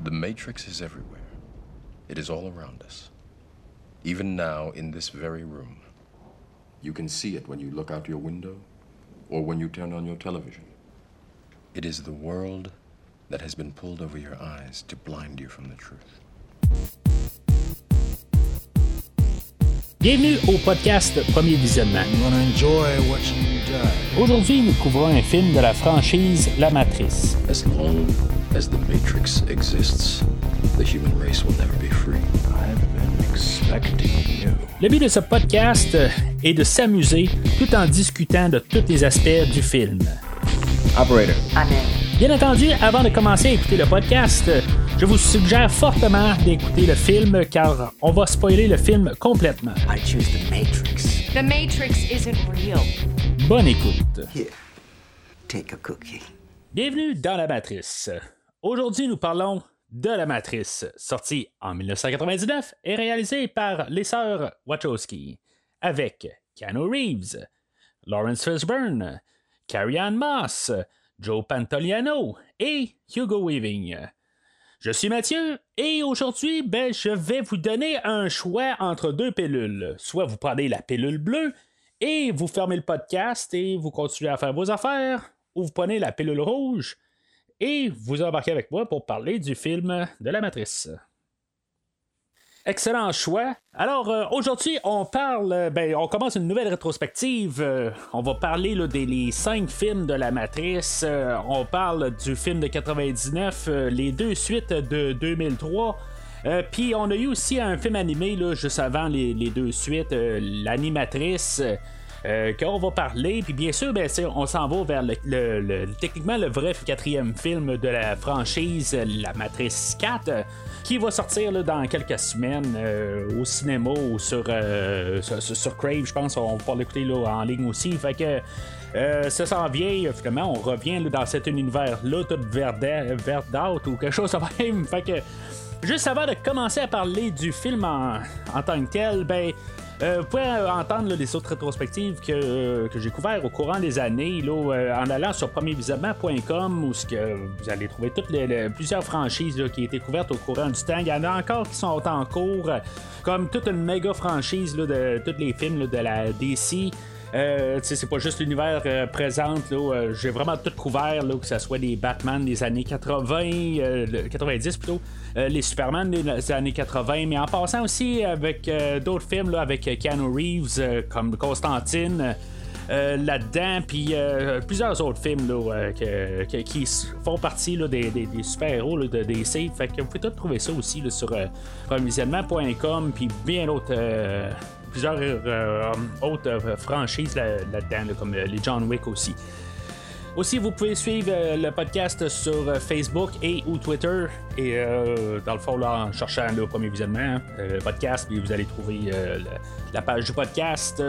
The Matrix is everywhere. It is all around us. Even now, in this very room. You can see it when you look out your window or when you turn on your television. It is the world that has been pulled over your eyes to blind you from the truth. Bienvenue au podcast Premier Visionnement. Aujourd'hui, nous couvrons un film de la franchise La Matrice. As long as the Matrix exists, the human race will never be free. I've been expecting you. Le but de ce podcast est de s'amuser tout en discutant de tous les aspects du film. Operator. Bien entendu, avant de commencer à écouter le podcast, je vous suggère fortement d'écouter le film car on va spoiler le film complètement. I choose the Matrix. The Matrix isn't real. Bonne écoute. Here, take a cookie. Bienvenue dans La Matrice. Aujourd'hui, nous parlons de La Matrice, sortie en 1999 et réalisée par les sœurs Wachowski, avec Keanu Reeves, Lawrence Fishburne, Carrie-Anne Moss, Joe Pantoliano et Hugo Weaving. Je suis Mathieu et aujourd'hui, je vais vous donner un choix entre deux pilules. Soit vous prenez la pilule bleue et vous fermez le podcast et vous continuez à faire vos affaires, ou vous prenez la pilule rouge et vous embarquez avec moi pour parler du film de La Matrice. Excellent choix. Alors, aujourd'hui, on commence une nouvelle rétrospective. On va parler là, des 5 films de La Matrice. On parle du film de 99, les 2 suites de 2003. Puis on a eu aussi un film animé là, juste avant les 2 suites, l'Animatrice. Qu'on va parler, puis bien sûr, on s'en va vers techniquement le vrai 4e film de la franchise, La Matrice 4, qui va sortir là, dans quelques semaines au cinéma ou sur Crave, je pense, on va pouvoir l'écouter là, en ligne aussi, fait que ça s'en vient, finalement, on revient là, dans cet univers-là, tout verdâtre ou quelque chose de même, fait que juste avant de commencer à parler du film en tant que tel, vous pouvez entendre là, les autres rétrospectives que j'ai couvertes au courant des années là, en allant sur premiervisionnement.com où vous allez trouver toutes plusieurs franchises là, qui ont été couvertes au courant du temps. Il y en a encore qui sont en cours, comme toute une méga franchise là, de tous les films là, de la DC. C'est pas juste l'univers présente là, j'ai vraiment tout couvert là, que ce soit des Batman des années 90 plutôt, les Superman des années 80, mais en passant aussi avec d'autres films là, avec Keanu Reeves comme Constantine là-dedans, puis plusieurs autres films là, qui font partie là, des super-héros là, de DC. Fait que vous pouvez tout trouver ça aussi là, sur premiervisionnement.com, puis bien d'autres plusieurs autres franchises là-dedans, là, comme les John Wick aussi. Aussi, vous pouvez suivre le podcast sur Facebook et ou Twitter. Et dans le fond, là, en cherchant le Premier Visionnement, le podcast, puis vous allez trouver la page du podcast.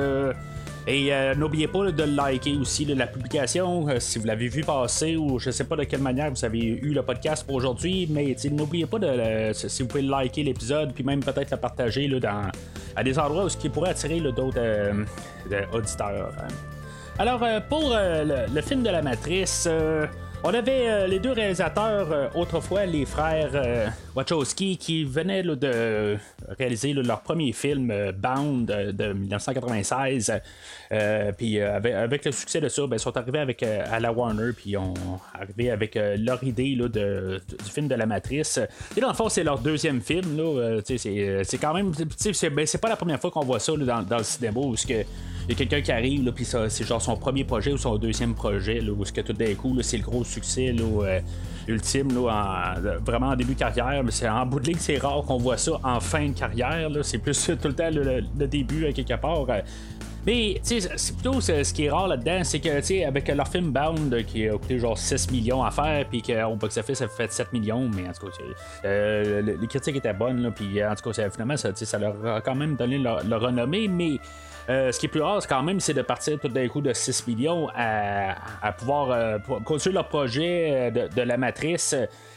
Et n'oubliez pas là, de liker aussi là, la publication si vous l'avez vu passer ou je sais pas de quelle manière vous avez eu le podcast pour aujourd'hui, mais n'oubliez pas si vous pouvez liker l'épisode puis même peut-être le partager là, à des endroits où ce qui pourrait attirer là, d'autres auditeurs. Alors pour le film de La Matrice, on avait les deux réalisateurs autrefois, les frères Wachowski, qui venaient là, de réaliser là, leur premier film Bound de 1996. Puis avec le succès de ça, ils sont arrivés à la Warner, puis ont arrivé avec leur idée là, du film de La Matrice. Et dans le fond, c'est leur deuxième film. Là, c'est quand même. C'est pas la première fois qu'on voit ça là, dans le cinéma où il y a quelqu'un qui arrive, là, puis c'est genre son premier projet ou son deuxième projet, là, où tout d'un coup, là, c'est le gros succès là, ultime, là, vraiment en début de carrière. Mais c'est en bout de ligne, c'est rare qu'on voit ça en fin de carrière. Là, c'est plus tout le temps le début, quelque part. Mais c'est plutôt ce qui est rare là-dedans, c'est que avec leur film Bound qui a coûté genre 6 millions à faire, puis qu'au box-office ça fait 7 millions, mais en tout cas les critiques étaient bonnes, puis en tout cas finalement ça leur a quand même donné leur renommée, mais ce qui est plus rare quand même, c'est de partir tout d'un coup de 6 millions à pouvoir continuer leur projet de La Matrice.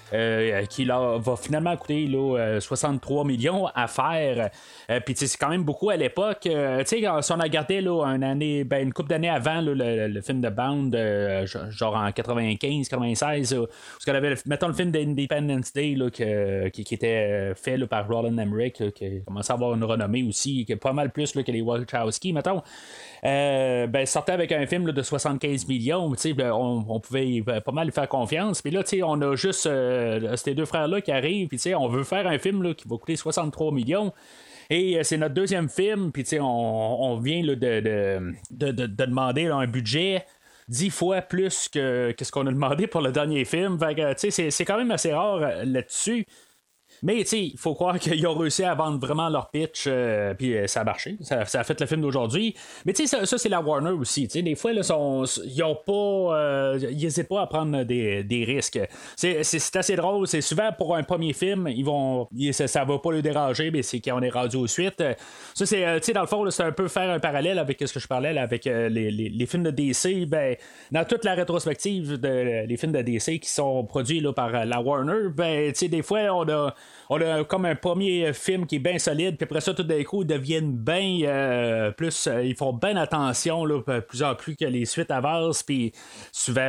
qui là, va finalement coûter là, 63 millions à faire. Puis c'est quand même beaucoup à l'époque. Si on a regardé là, une couple d'années avant là, le film de Bound, genre en 95, 96, parce qu'on avait, mettons, le film d'Independence Day là, qui était fait là, par Roland Emmerich, là, qui commençait à avoir une renommée aussi, qui est pas mal plus là, que les Wachowski, mettons. Sortait avec un film là, de 75 millions, on pouvait pas mal lui faire confiance. Puis là, on a juste ces deux frères-là qui arrivent, puis on veut faire un film là, qui va coûter 63 millions. Et c'est notre deuxième film, puis on vient là, de demander là, un budget 10 fois plus que ce qu'on a demandé pour le dernier film. Fait que, c'est quand même assez rare là-dessus. Mais il faut croire qu'ils ont réussi à vendre vraiment leur pitch, puis ça a marché. Ça a fait le film d'aujourd'hui. Mais ça c'est la Warner aussi. Des fois, là, ils ont pas. Ils n'hésitent pas à prendre des risques. C'est assez drôle. C'est souvent pour un premier film, ça va pas le déranger, mais c'est qu'on est rendu aux suites. Ça, c'est dans le fond, là, c'est un peu faire un parallèle avec ce que je parlais là, avec les films de DC. Dans toute la rétrospective des films de DC qui sont produits là, par la Warner, des fois, on a comme un premier film qui est bien solide, puis après ça, tout d'un coup, ils deviennent bien plus. Ils font bien attention, là, plus en plus que les suites avancent, puis souvent,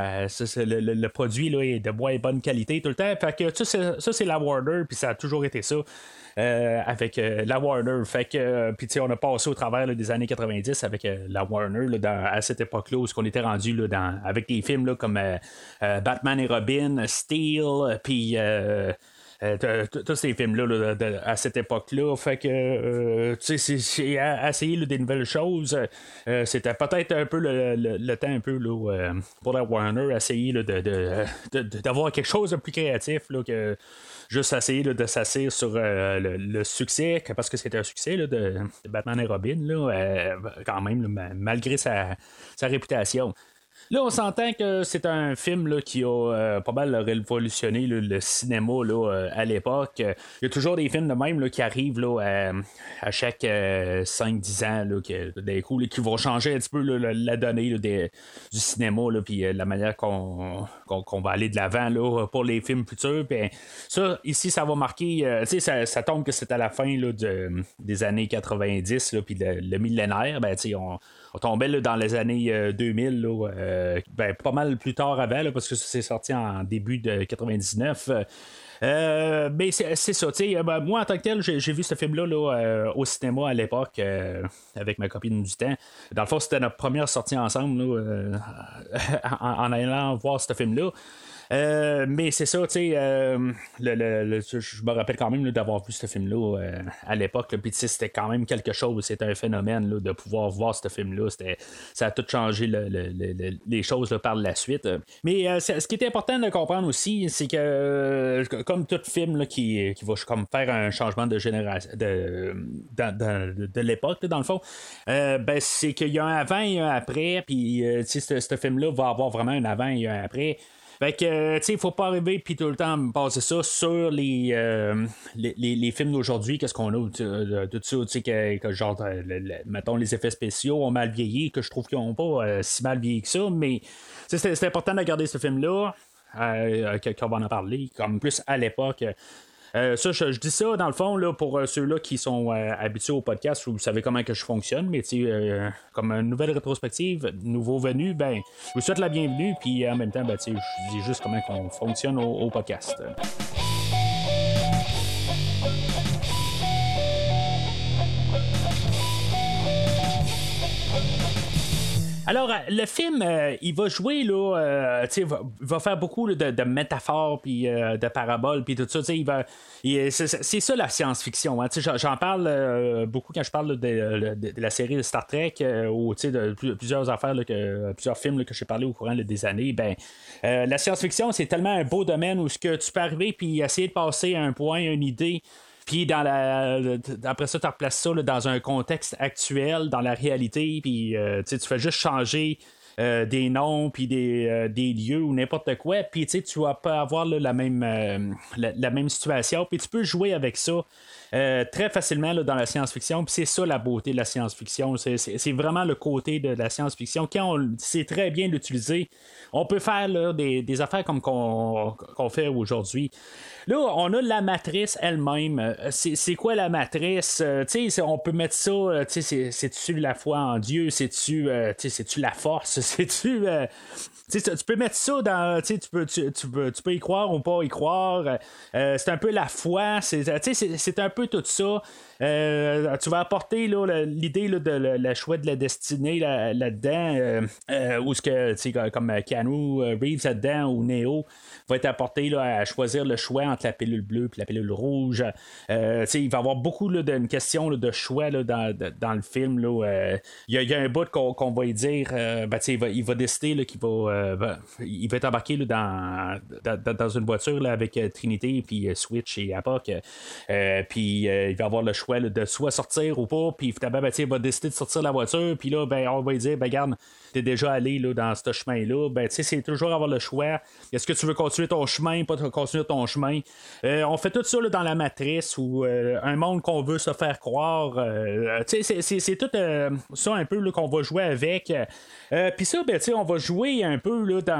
le produit là, est de moins bonne qualité tout le temps. Fait que ça, c'est la Warner, puis ça a toujours été ça. Avec la Warner. Fait que, puis on a passé au travers là, des années 90 avec la Warner là, à cette époque-là où on était rendu là, avec des films là, comme Batman et Robin, Steel, puis tous ces films-là à cette époque-là. Fait que c'est essayer là, des nouvelles choses. C'était peut-être un peu le temps un peu là, pour la Warner, essayer là, d'avoir quelque chose de plus créatif là, que juste essayer là, de s'asseoir sur le succès, parce que c'était un succès là, de Batman et Robin, là, quand même, là, malgré sa réputation. Là, on s'entend que c'est un film là, qui a pas mal révolutionné là, le cinéma là, à l'époque. Il y a toujours des films de même là, qui arrivent là, à chaque 5-10 ans, là, des coups là, qui vont changer un petit peu là, la donnée là, du cinéma, puis la manière qu'on va aller de l'avant là, pour les films futurs. Puis, ça, ici, ça va marquer. Ça tombe que c'est à la fin là, des années 90, là, puis le millénaire. On tombait là, dans les années 2000, là, pas mal plus tard avant, là, parce que c'est sorti en début de 99. Mais c'est ça, moi en tant que tel, j'ai vu ce film-là là, au cinéma à l'époque avec ma copine du temps. Dans le fond, c'était notre première sortie ensemble là, en allant voir ce film-là. Mais c'est ça, je me rappelle quand même là, d'avoir vu ce film-là à l'époque. Puis c'était quand même quelque chose. C'était un phénomène là, de pouvoir voir ce film-là. Ça a tout changé les choses là, par la suite. Mais ce qui est important de comprendre aussi, c'est que comme tout film là, qui va comme faire un changement de génération de l'époque, là, dans le fond, c'est qu'il y a un avant et un après. Puis ce film-là va avoir vraiment un avant et un après. Fait que, il faut pas arriver puis tout le temps passer ça sur les films d'aujourd'hui. Qu'est-ce qu'on a tout ça, que genre, mettons, les effets spéciaux ont mal vieilli, que je trouve qu'ils ont pas si mal vieilli que ça, mais c'est important de regarder ce film-là, qu'on va en parler, comme plus à l'époque. Ça, je dis ça dans le fond là, pour ceux-là qui sont habitués au podcast, vous savez comment que je fonctionne, mais comme une nouvelle rétrospective, nouveau venu, je vous souhaite la bienvenue, puis en même temps, je dis juste comment on fonctionne au podcast. Alors, le film, il va jouer, là, va faire beaucoup là, de métaphores, puis de paraboles, puis tout ça. C'est ça la science-fiction. Hein, j'en parle beaucoup quand je parle de la série de Star Trek, ou de plusieurs affaires, là, plusieurs films là, que j'ai parlé au courant là, des années. La science-fiction, c'est tellement un beau domaine où ce que tu peux arriver puis essayer de passer un point, une idée. Puis après ça, tu replaces ça là, dans un contexte actuel, dans la réalité, puis tu fais juste changer des noms, puis des lieux ou n'importe quoi, puis tu vas pas avoir là, la même situation, puis tu peux jouer avec ça. Très facilement là, dans la science-fiction. Puis c'est ça la beauté de la science-fiction. C'est vraiment le côté de la science-fiction. Quand on sait très bien l'utiliser, on peut faire là, des affaires comme qu'on fait aujourd'hui. Là, on a la matrice elle-même. C'est quoi la matrice? On peut mettre ça, c'est-tu la foi en Dieu? C'est-tu la force? C'est-tu... tu peux mettre ça dans. Tu peux y croire ou pas y croire. C'est un peu la foi. C'est un peu tout ça. Tu vas apporter là, l'idée là, de la choix de la destinée là-dedans. Ou ce que, comme Keanu Reeves là-dedans ou Neo va être apporté là, à choisir le choix entre la pilule bleue et la pilule rouge. Il va y avoir beaucoup là, d'une question là, de choix là, dans le film. Il y a un bout qu'on va y dire. Il va décider là, qu'il va. Il va être embarqué là, dans une voiture là, avec Trinité puis Switch et Apoc. Puis il va avoir le choix là, de soit sortir ou pas. Puis finalement, il va décider de sortir de la voiture. Puis là, on va lui dire, regarde, t'es déjà allé là, dans ce chemin-là. C'est toujours avoir le choix. Est-ce que tu veux continuer ton chemin, pas continuer ton chemin? On fait tout ça là, dans la matrice ou un monde qu'on veut se faire croire. C'est tout ça un peu là, qu'on va jouer avec. Puis ça, on va jouer un peu là, dans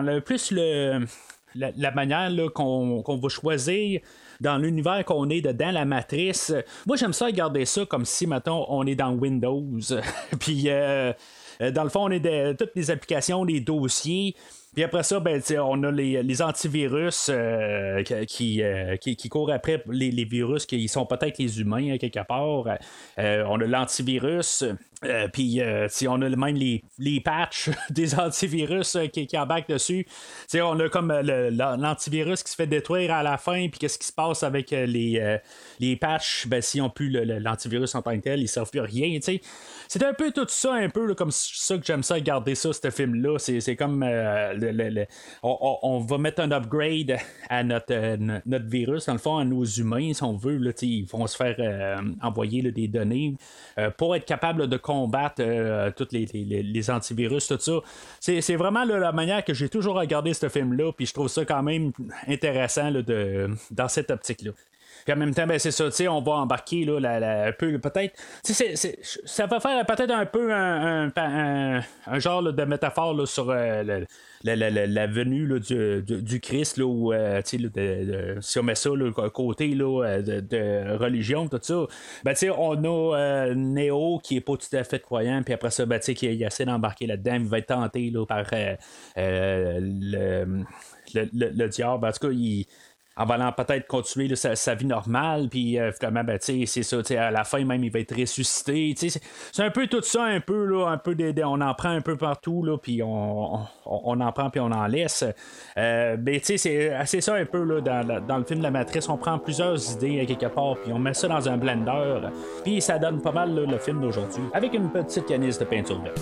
la manière là, qu'on va choisir dans l'univers qu'on est dedans, la matrice. Moi, j'aime ça regarder ça comme si, mettons, on est dans Windows. Puis, dans le fond, on est toutes les applications, les dossiers. Puis après ça, on a les antivirus qui courent après les virus qui sont peut-être les humains hein, quelque part. On a l'antivirus. Puis on a même les patchs des antivirus qui embarquent dessus. On a comme l'antivirus qui se fait détruire à la fin. Puis qu'est-ce qui se passe avec les patchs? S'ils n'ont plus l'antivirus en tant que tel, ils ne servent plus à rien. T'sais. C'est un peu tout ça, un peu là, comme ça que j'aime ça regarder ça, ce film-là. C'est comme on va mettre un upgrade à notre virus, dans le fond, à nos humains, si on veut. Là, ils vont se faire envoyer là, des données pour être capable de combattre tous les antivirus, tout ça. C'est vraiment là, la manière que j'ai toujours regardé ce film-là, puis je trouve ça quand même intéressant là, dans cette optique-là. Puis en même temps, c'est ça, on va embarquer là, un peu, peut-être. Ça va faire peut-être un peu un genre là, de métaphore là, sur la venue là, du Christ, là, où, si on met ça là, côté là, de religion, tout ça, on a Neo qui est pas tout à fait croyant, puis après ça, qui essaie d'embarquer là-dedans, il va être tenté là, par le diable. En tout cas, en voulant peut-être continuer là, sa vie normale, puis finalement, c'est ça, à la fin même, il va être ressuscité. C'est un peu tout ça, un peu, là, on en prend un peu partout, là, puis on en prend, puis on en laisse. C'est ça un peu, là, dans le film de la Matrice, on prend plusieurs idées quelque part, puis on met ça dans un blender, puis ça donne pas mal là, le film d'aujourd'hui, avec une petite canisse de peinture verte.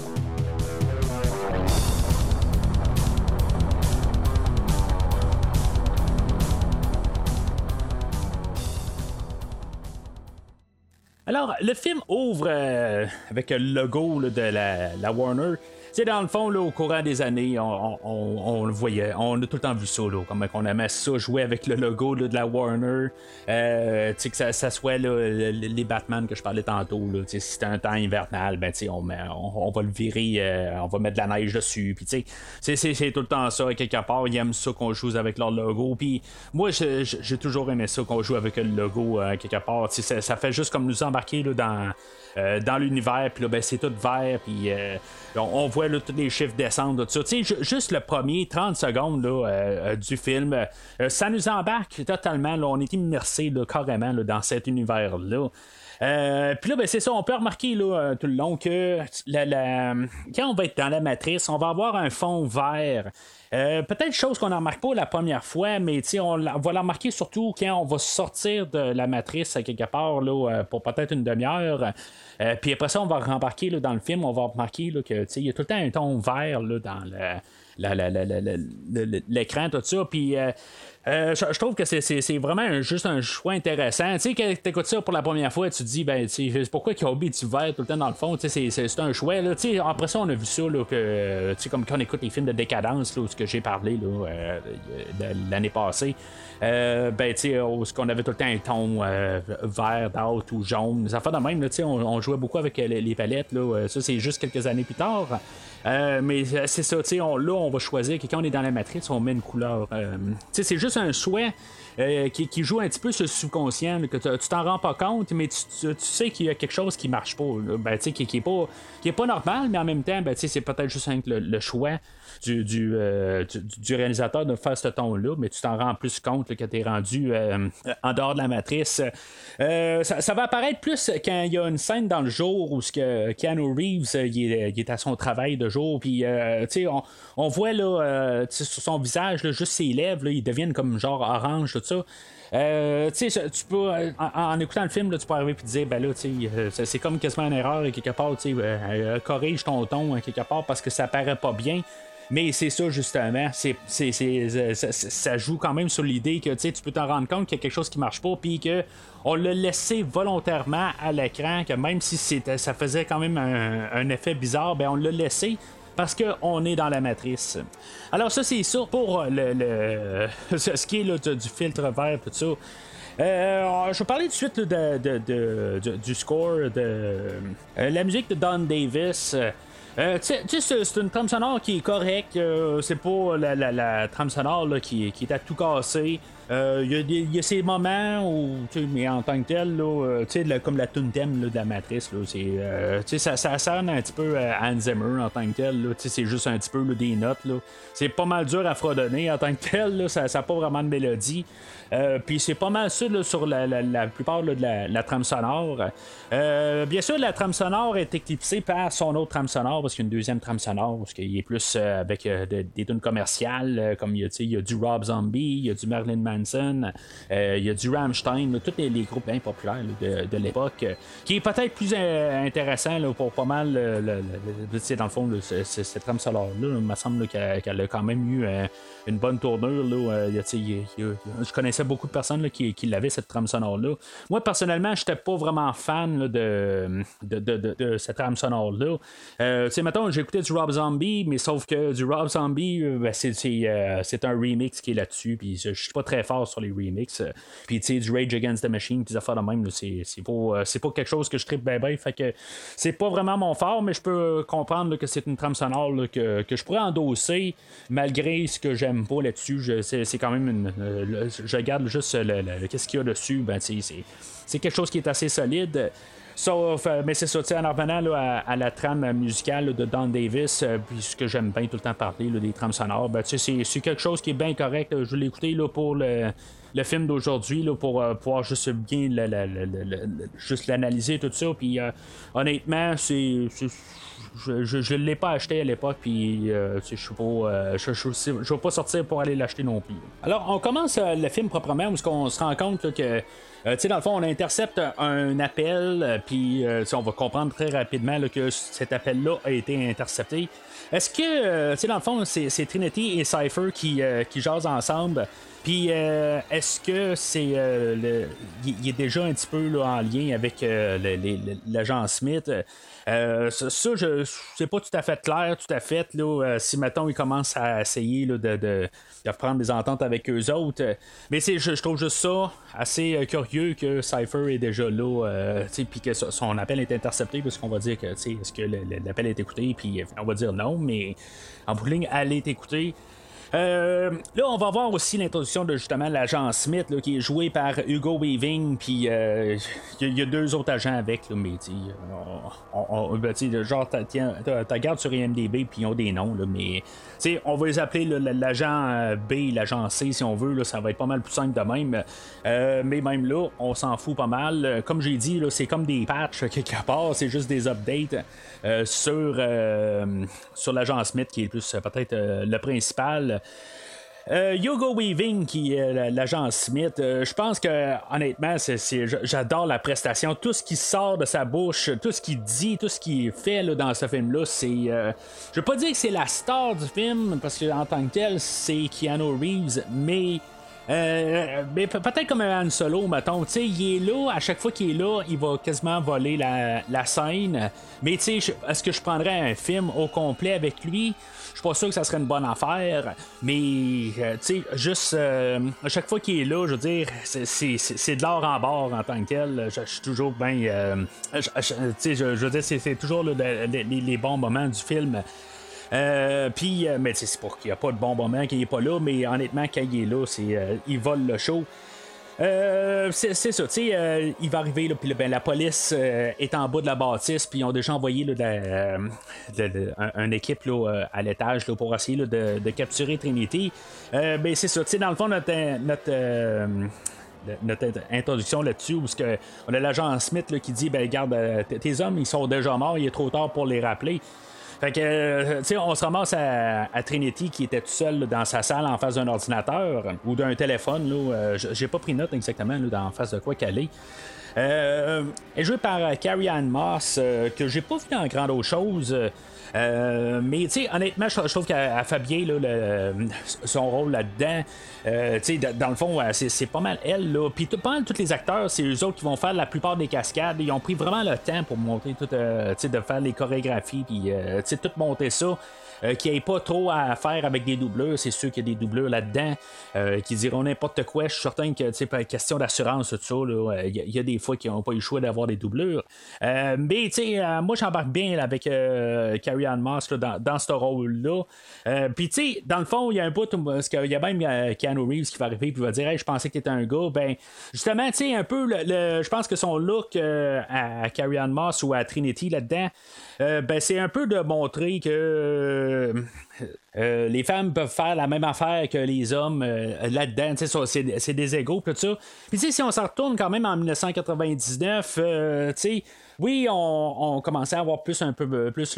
Alors, le film ouvre avec le logo là, de la Warner. Dans le fond, là, au courant des années, on le voyait, on a tout le temps vu ça, là, comme on aimait ça jouer avec le logo là, de la Warner, que ça soit là, les Batman que je parlais tantôt, là, si c'était un temps hivernal, on va le virer, on va mettre de la neige dessus, puis c'est tout le temps ça, quelque part, ils aiment ça qu'on joue avec leur logo, puis moi, j'ai toujours aimé ça qu'on joue avec le logo, quelque part, ça fait juste comme nous embarquer là, dans l'univers, puis là, c'est tout vert, puis on voit là, tous les chiffres descendre, tout ça. Juste le premier 30 secondes là, du film, ça nous embarque totalement. Là, on est immersé là, carrément là, dans cet univers-là. Puis là, c'est ça, on peut remarquer là, tout le long que quand on va être dans la matrice, on va avoir un fond vert. Peut-être chose qu'on ne remarque pas la première fois, mais on va la remarquer surtout quand on va sortir de la matrice à quelque part là, pour peut-être une demi-heure. Puis après ça, on va rembarquer là, dans le film, on va remarquer là, que il y a tout le temps un ton vert là, dans l'écran, tout ça. Puis Je trouve que c'est vraiment juste un choix intéressant. Tu sais, quand tu écoutes ça pour la première fois, tu te dis, ben, tu sais, pourquoi Kobe est vert tout le temps dans le fond? Tu sais, c'est un choix. Là. Tu sais, après ça, on a vu ça, là, que, tu sais, comme quand on écoute les films de décadence, là, où ce que j'ai parlé là, l'année passée. Ben, tu sais, où qu'on avait tout le temps un ton vert, d'out ou jaune. Ça fait de même, là, tu sais, on jouait beaucoup avec les palettes. Là, ça, c'est juste quelques années plus tard. Mais c'est ça, tu sais, là, on va choisir que quand on est dans la matrice, on met une couleur. Tu sais, c'est juste un souhait qui joue un petit peu sur le subconscient, là, que tu t'en rends pas compte, mais tu sais qu'il y a quelque chose qui marche pas. Là, ben, tu sais, qui est pas normal, mais en même temps, ben, tu sais, c'est peut-être juste le choix du réalisateur de faire ce ton-là, mais tu t'en rends plus compte là, que tu es rendu en dehors de la matrice. Ça va apparaître plus quand il y a une scène dans le jour où Keanu Reeves il est à son travail de jour, puis on voit là, sur son visage, là, juste ses lèvres, là, ils deviennent comme genre orange, tout ça. Tu peux, en écoutant le film, là, tu peux arriver et te dire, ben là, c'est comme quasiment une erreur, quelque part, corrige ton ton, quelque part, parce que ça paraît pas bien. Mais c'est ça, justement, ça joue quand même sur l'idée que tu peux t'en rendre compte qu'il y a quelque chose qui marche pas, puis qu'on l'a laissé volontairement à l'écran, que même si ça faisait quand même un effet bizarre, ben on l'a laissé parce qu'on est dans la matrice. Alors ça, c'est ça pour ce qui est là, du filtre vert, tout ça. Je vais parler tout de suite là, du score de la musique de Don Davis. C'est une trame sonore qui est correcte. C'est pas la trame sonore là, qui est à tout casser. Il y a ces moments où, mais en tant que tel, là, comme la tune thème là, de la matrice, là, ça sonne un petit peu à Hans Zimmer en tant que tel. Là, c'est juste un petit peu là, des notes. Là. C'est pas mal dur à fredonner en tant que tel. Là, ça n'a pas vraiment de mélodie. Puis c'est pas mal ça là, sur la plupart là, de la trame sonore. Bien sûr, la trame sonore est éclipsée par son autre trame sonore, parce qu'il y a une deuxième trame sonore, parce qu'il est plus avec des tunes commerciales, comme il y a du Rob Zombie, il y a du Marilyn Manson, il y a du Rammstein, là, tous les groupes bien populaires là, de l'époque, qui est peut-être plus intéressant là, pour pas mal, dans le fond, là, cette trame sonore-là, il me semble là, qu'elle a quand même eu une bonne tournure. Là, je connaissais beaucoup de personnes là, qui l'avaient, cette trame sonore-là. Moi, personnellement, j'étais pas vraiment fan là, de cette trame sonore-là. Mettons, j'écoutais du Rob Zombie, mais sauf que du Rob Zombie, c'est un remix qui est là-dessus, puis je suis pas très fort sur les remixes. Puis, tu sais, du Rage Against the Machine, puis des affaires de même, là, c'est pas quelque chose que je trippe bien, fait que c'est pas vraiment mon fort, mais je peux comprendre là, que c'est une trame sonore là, que je pourrais endosser, malgré ce que j'aime pas là-dessus. C'est quand même je regarde juste qu'est-ce qu'il y a dessus, ben, c'est quelque chose qui est assez solide. Sauf, mais c'est ça, en revenant là, à la trame musicale là, de Don Davis, puis ce que j'aime bien tout le temps parler là, des trames sonores, ben, c'est quelque chose qui est bien correct. Je l'ai écouté là, pour le film d'aujourd'hui là, pour pouvoir juste bien juste l'analyser, tout ça. Puis honnêtement, je l'ai pas acheté à l'époque, puis je vais pas sortir pour aller l'acheter non plus. Alors, on commence le film proprement, où on se rend compte là, que dans le fond, on intercepte un appel, puis on va comprendre très rapidement là, que cet appel-là a été intercepté. Est-ce que, dans le fond, c'est Trinity et Cypher qui jasent ensemble? Puis, est-ce que c'est il est déjà un petit peu là, en lien avec l'agent Smith? Ça, c'est pas tout à fait clair, tout à fait. Là, si, mettons, ils commencent à essayer là, de reprendre des ententes avec eux autres. Mais je trouve juste ça assez curieux que Cypher est déjà là, puis que son appel est intercepté, parce qu'on va dire que, est-ce que l'appel est écouté, puis on va dire non, mais en bout de ligne, elle est écoutée. Là, on va voir aussi l'introduction de justement l'agent Smith là, qui est joué par Hugo Weaving, puis il y a deux autres agents avec, là, mais genre t'as garde sur IMDb, puis ils ont des noms, là, mais on va les appeler là, l'agent B, l'agent C si on veut, là, ça va être pas mal plus simple de même, mais même là, on s'en fout pas mal. Comme j'ai dit, là, c'est comme des patchs quelque part, c'est juste des updates sur l'agent Smith qui est plus peut-être le principal. Hugo Weaving qui est l'agent Smith, je pense que honnêtement j'adore la prestation, tout ce qui sort de sa bouche, tout ce qu'il dit, tout ce qu'il fait là, dans ce film là, c'est je veux pas dire que c'est la star du film, parce que en tant que tel c'est Keanu Reeves, mais Mais peut-être comme un Han Solo, mettons. Il est là, à chaque fois qu'il est là, il va quasiment voler la scène. Mais est-ce que je prendrais un film au complet avec lui? Je suis pas sûr que ça serait une bonne affaire. Mais, juste à chaque fois qu'il est là, je veux dire, c'est de l'or en bord en tant que tel. Je suis toujours bien. Je veux dire, c'est toujours les bons moments du film. Mais c'est pour qu'il n'y a pas de bon moment qu'il n'est pas là, mais honnêtement, quand il est là, il vole le show. C'est ça, il va arriver, là, puis la police est en bas de la bâtisse, puis ils ont déjà envoyé une équipe là, à l'étage là, pour essayer là, de capturer Trinity. Ben c'est ça, dans le fond, notre introduction là-dessus, où on a l'agent Smith là, qui dit ben regarde, tes hommes ils sont déjà morts, il est trop tard pour les rappeler. Fait que, on se ramasse à Trinity qui était tout seul là, dans sa salle en face d'un ordinateur ou d'un téléphone. Là, j'ai pas pris note exactement là, en face de quoi qu'elle est. Elle est jouée par Carrie-Anne Moss, que j'ai pas vu dans grande autre chose. Mais honnêtement, je trouve qu'elle fait bien là, son rôle là-dedans. Dans le fond, c'est pas mal elle. Là. Puis pas mal tous les acteurs, c'est eux autres qui vont faire la plupart des cascades. Ils ont pris vraiment le temps pour monter tout, de faire les chorégraphies, puis tout monter ça. Qu'il n'y ait pas trop à faire avec des doubleurs. C'est sûr qu'il y a des doubleurs là-dedans qui diront n'importe quoi. Je suis certain que, par question d'assurance, tout ça, il y a des fois qu'ils n'ont pas eu le choix d'avoir des doubleurs. Mais, moi, j'embarque bien là, avec Carrie-Anne Moss là, dans ce rôle-là. Puis, dans le fond, il y a un bout parce qu'il y a même Keanu Reeves qui va arriver et va dire hey, je pensais que t'étais un gars. Ben, justement, un peu, je pense que son look à Carrie-Anne Moss ou à Trinity là-dedans, ben, c'est un peu de montrer que les femmes peuvent faire la même affaire que les hommes là-dedans, c'est des égaux, tout ça. Puis si on s'en retourne quand même en 1999, oui, on commençait à avoir un peu plus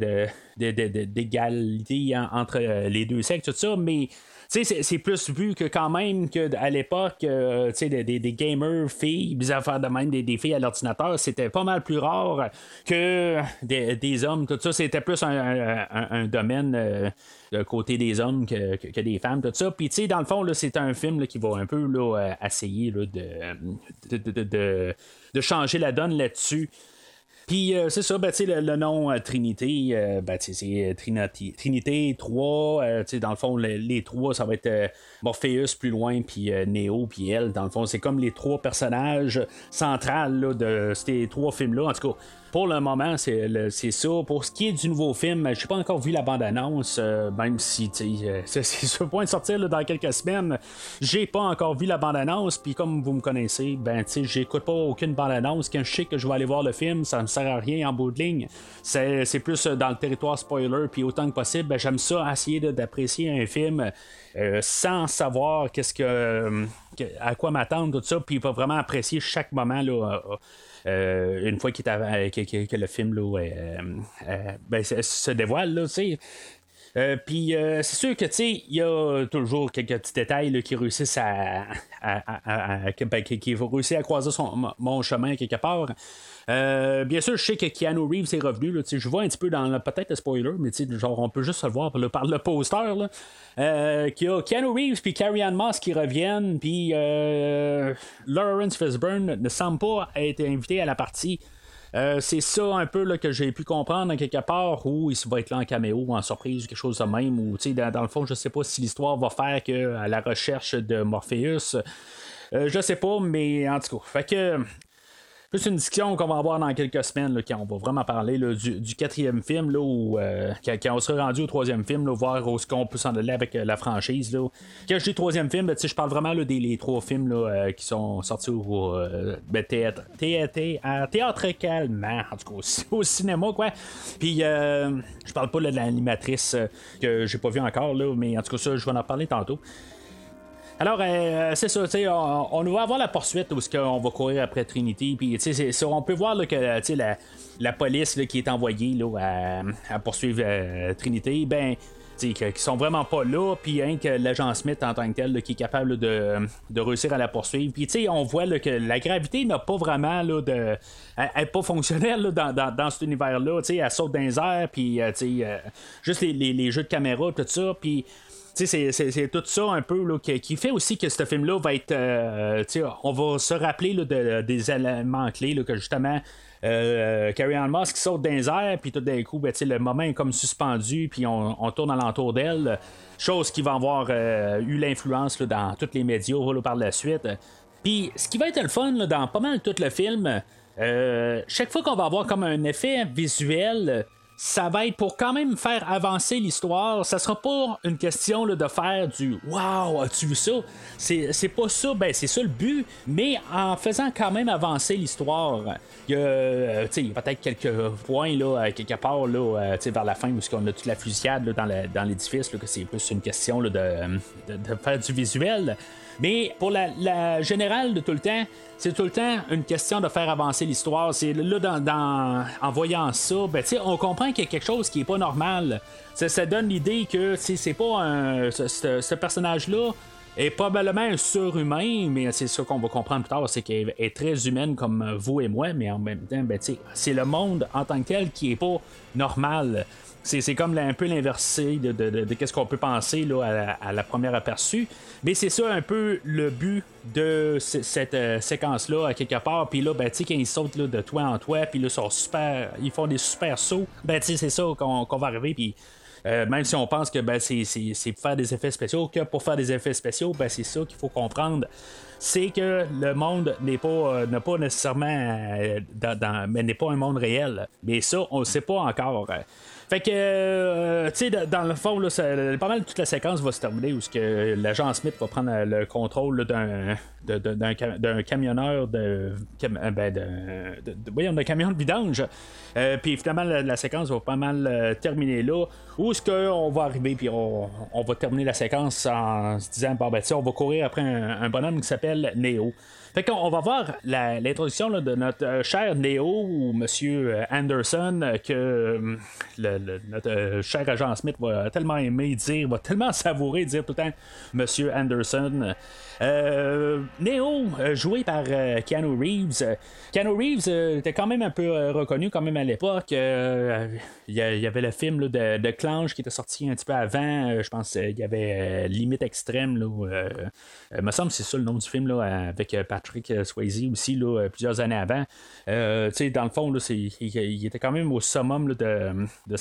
d'égalité entre les deux sexes, tout ça, mais c'est plus vu que quand même qu'à l'époque, des gamers filles, des affaires de même, des filles à l'ordinateur, c'était pas mal plus rare que des hommes. Tout ça, c'était plus un domaine de côté des hommes que des femmes, tout ça. Puis, dans le fond, là, c'est un film là, qui va un peu là, essayer là, de changer la donne là-dessus. Puis c'est ça, ben, le nom Trinité, ben, c'est Trinité 3, dans le fond, les trois, ça va être Morpheus plus loin, puis Neo, puis elle. Dans le fond, c'est comme les trois personnages centrales là, de ces trois films-là. En tout cas, pour le moment, c'est ça. Pour ce qui est du nouveau film, j'ai pas encore vu la bande-annonce, même si c'est sur le point de sortir là, dans quelques semaines. J'ai pas encore vu la bande-annonce, puis comme vous me connaissez, ben j'écoute pas aucune bande-annonce. Quand je sais que je vais aller voir le film, ça me sert à rien en bout de ligne. C'est plus dans le territoire spoiler, puis autant que possible, ben, j'aime ça essayer d'apprécier un film sans savoir à quoi m'attendre, tout ça, puis pas vraiment apprécier chaque moment là. Une fois que le film là, ben, se dévoile, là, tu sais. Puis c'est sûr que il y a toujours quelques petits détails là, qui réussissent qui réussissent à croiser mon chemin quelque part. Bien sûr, je sais que Keanu Reeves est revenu. Là, je vois un petit peu dans peut-être le spoiler, mais genre on peut juste se le voir par le poster. Qu'il y a Keanu Reeves puis Carrie-Anne Moss qui reviennent, puis Lawrence Fishburne ne semble pas être invité à la partie. C'est ça un peu là, que j'ai pu comprendre quelque part, où il va être là en caméo, en surprise, ou quelque chose de même, ou dans le fond, je sais pas si l'histoire va faire que à la recherche de Morpheus. Je sais pas, mais en tout cas, fait que plus une discussion qu'on va avoir dans quelques semaines, là, quand on va vraiment parler là, du quatrième film, là, où, quand on sera rendu au troisième film, là, voir où est-ce qu'on peut s'en aller avec la franchise. Là. Quand je dis troisième film, je parle vraiment là, des trois films là, qui sont sortis théâtralement, en tout cas au cinéma, quoi. Puis je parle pas là, de l'animatrice que j'ai pas vu encore, là, mais en tout cas ça, je vais en parler tantôt. Alors, c'est ça, on va avoir la poursuite où on va courir après Trinity, puis on peut voir là, que la police là, qui est envoyée là, à poursuivre Trinity, ben, qui sont vraiment pas là, puis hein, que l'agent Smith en tant que tel là, qui est capable là, de réussir à la poursuivre. Puis on voit là, que la gravité n'a pas vraiment là, elle est pas fonctionnelle là, dans cet univers-là. Elle saute dans les airs, puis juste les jeux de caméra, tout ça, puis c'est tout ça un peu là, qui fait aussi que ce film-là va être. On va se rappeler là, des éléments clés là, que justement. Carrie-Anne Moss qui saute dans les airs, puis tout d'un coup, le moment est comme suspendu, puis on tourne alentour d'elle. Chose qui va avoir eu l'influence là, dans tous les médias là, par la suite. Puis ce qui va être le fun là, dans pas mal tout le film, chaque fois qu'on va avoir comme un effet visuel. Ça va être pour quand même faire avancer l'histoire. Ça sera pas une question là, de faire du wow, as-tu vu ça? C'est pas ça, c'est ça le but, mais en faisant quand même avancer l'histoire. Il y a peut-être quelques points là, quelque part là, vers la fin où on a toute la fusillade là, dans l'édifice, là, que c'est plus une question là, de faire du visuel. Mais pour la générale de tout le temps, c'est tout le temps une question de faire avancer l'histoire. C'est là, en voyant ça, on comprend qu'il y a quelque chose qui est pas normal. Ça donne l'idée que c'est pas ce personnage-là est probablement un surhumain, mais c'est ça qu'on va comprendre plus tard, c'est qu'elle est très humaine comme vous et moi, mais en même temps, c'est le monde en tant que tel qui est pas normal. C'est comme un peu l'inversé de qu'est-ce qu'on peut penser là, à la première aperçue. Mais c'est ça un peu le but de cette séquence-là, à quelque part. Puis là, quand ils sautent là, de toit en toit, puis là, ils font des super sauts, c'est ça qu'on va arriver. Puis même si on pense que c'est pour faire des effets spéciaux, que pour faire des effets spéciaux, c'est ça qu'il faut comprendre. C'est que le monde n'a pas nécessairement mais n'est pas un monde réel. Mais ça, on ne sait pas encore. Fait que, dans le fond, là, pas mal toute la séquence va se terminer où l'agent Smith va prendre le contrôle là, d'un camionneur d'un camion de vidange. Puis finalement, la séquence va pas mal terminer là. Où est-ce qu'on va arriver, puis on va terminer la séquence en se disant, on va courir après un bonhomme qui s'appelle Neo. Fait qu'on va voir l'introduction là, de notre cher Neo ou Monsieur Anderson que notre cher agent Smith va tellement aimer dire, va tellement savourer dire tout le temps Monsieur Anderson. Neo, joué par Keanu Reeves. Keanu Reeves était quand même un peu reconnu quand même à l'époque. Il y avait le film là, de Clanche qui était sorti un petit peu avant. Je pense qu'il y avait Limite Extrême. Me semble que c'est ça le nom du film là, avec Patrick Swayze aussi là, plusieurs années avant. Dans le fond, là, il était quand même au summum là, de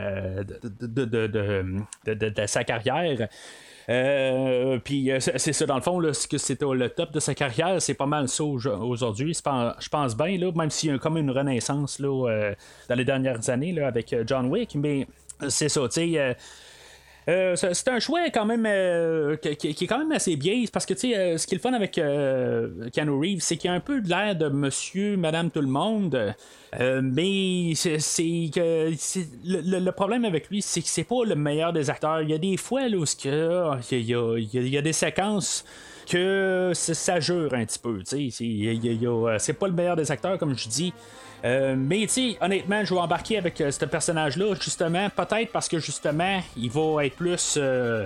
sa carrière. Puis c'est ça dans le fond là, que c'était le top de sa carrière, c'est pas mal ça aujourd'hui, je pense bien là, même s'il y a comme une renaissance là, dans les dernières années là, avec John Wick, mais c'est ça, tu sais. C'est un choix quand même qui est quand même assez bien parce que ce qui est le fun avec Keanu Reeves, c'est qu'il a un peu de l'air de monsieur, madame, tout le monde. Mais c'est que le problème avec lui, c'est que c'est pas le meilleur des acteurs. Il y a des fois là, où il y a des séquences que ça jure un petit peu. C'est pas le meilleur des acteurs, comme je dis. Mais honnêtement, je vais embarquer avec ce personnage-là, justement, peut-être parce que justement, il va être plus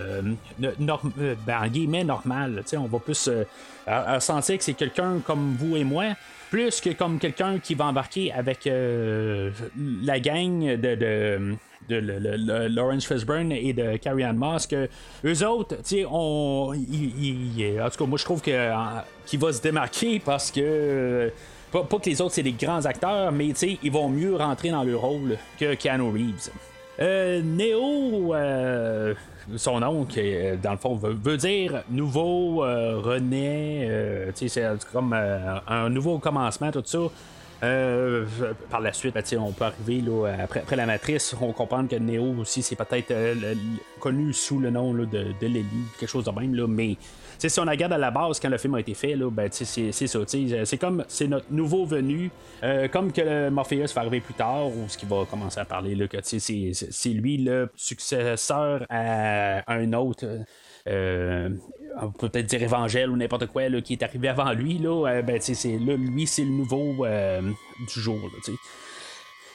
en guillemets normal. On va plus sentir que c'est quelqu'un comme vous et moi, plus que comme quelqu'un qui va embarquer avec la gang de Lawrence Fishburne et de Carrie-Anne Moss, que eux autres, en tout cas, moi je trouve qu'il va se démarquer parce que pas que les autres c'est des grands acteurs, mais ils vont mieux rentrer dans leur rôle que Keanu Reeves. Neo, son nom qui dans le fond veut dire nouveau, renaît, c'est comme un nouveau commencement, tout ça. Par la suite, on peut arriver là, après la Matrice, on comprend que Neo aussi c'est peut-être connu sous le nom là, de Lily, quelque chose de même là, mais si on regarde à la base quand le film a été fait là, c'est ça, c'est comme c'est notre nouveau venu, comme que le Morpheus va arriver plus tard ou ce qui va commencer à parler là, que c'est lui le successeur à un autre. On peut peut-être dire évangile ou n'importe quoi là, qui est arrivé avant lui là, lui c'est le nouveau du jour là,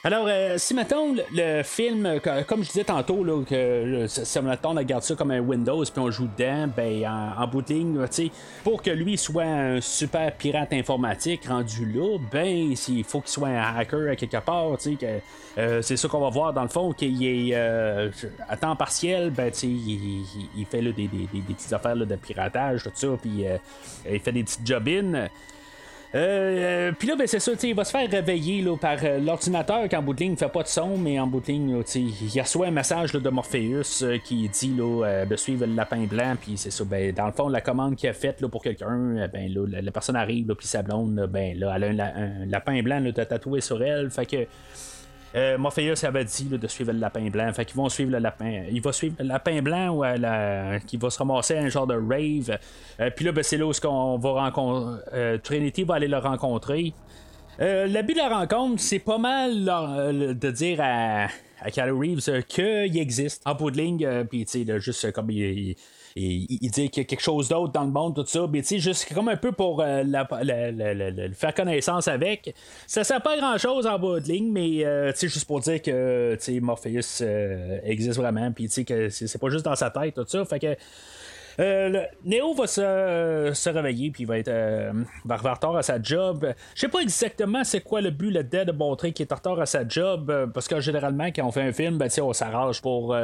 Alors, si mettons le film, comme je disais tantôt, là, que si mettons, on regarde ça comme un Windows puis on joue dedans, ben en bout de ligne, pour que lui soit un super pirate informatique rendu là, ben il faut qu'il soit un hacker à quelque part, que c'est ça qu'on va voir dans le fond, qu'il est à temps partiel, ben il fait là, des petites affaires là, de piratage, tout ça, puis il fait des petites job-in. Puis là, ben, c'est ça, il va se faire réveiller là, par l'ordinateur qui en bout de ligne ne fait pas de son, mais en bout de ligne, il reçoit un message là, de Morpheus qui dit là, de suivre le lapin blanc, puis c'est ça, ben, dans le fond, la commande qu'il a faite là, pour quelqu'un, ben, là, la personne arrive, puis sa blonde, là, ben, là, elle a un lapin blanc là, tatoué sur elle, fait que. Morpheus avait dit là, de suivre le lapin blanc. Fait qu'ils vont suivre le lapin. Il va suivre le lapin blanc ou qui va se ramasser à un genre de rave. Puis là, ben, c'est là où on va rencontrer. Trinity va aller le rencontrer. Le but de la rencontre, c'est pas mal de dire à Keanu Reeves qu'il existe en bout de ligne. Puis tu sais, juste comme il dit qu'il y a quelque chose d'autre dans le monde, tout ça. Mais tu sais, juste comme un peu pour le faire connaissance avec. Ça sert pas à grand chose en bout de ligne, mais tu sais, juste pour dire que Morpheus existe vraiment. Puis tu sais, que c'est pas juste dans sa tête, tout ça. Fait que. Neo va se réveiller puis il va être va arriver en retard à sa job. Je sais pas exactement c'est quoi le but là-dedans de montrer qu'il est en retard à sa job parce que généralement quand on fait un film ben, on s'arrange pour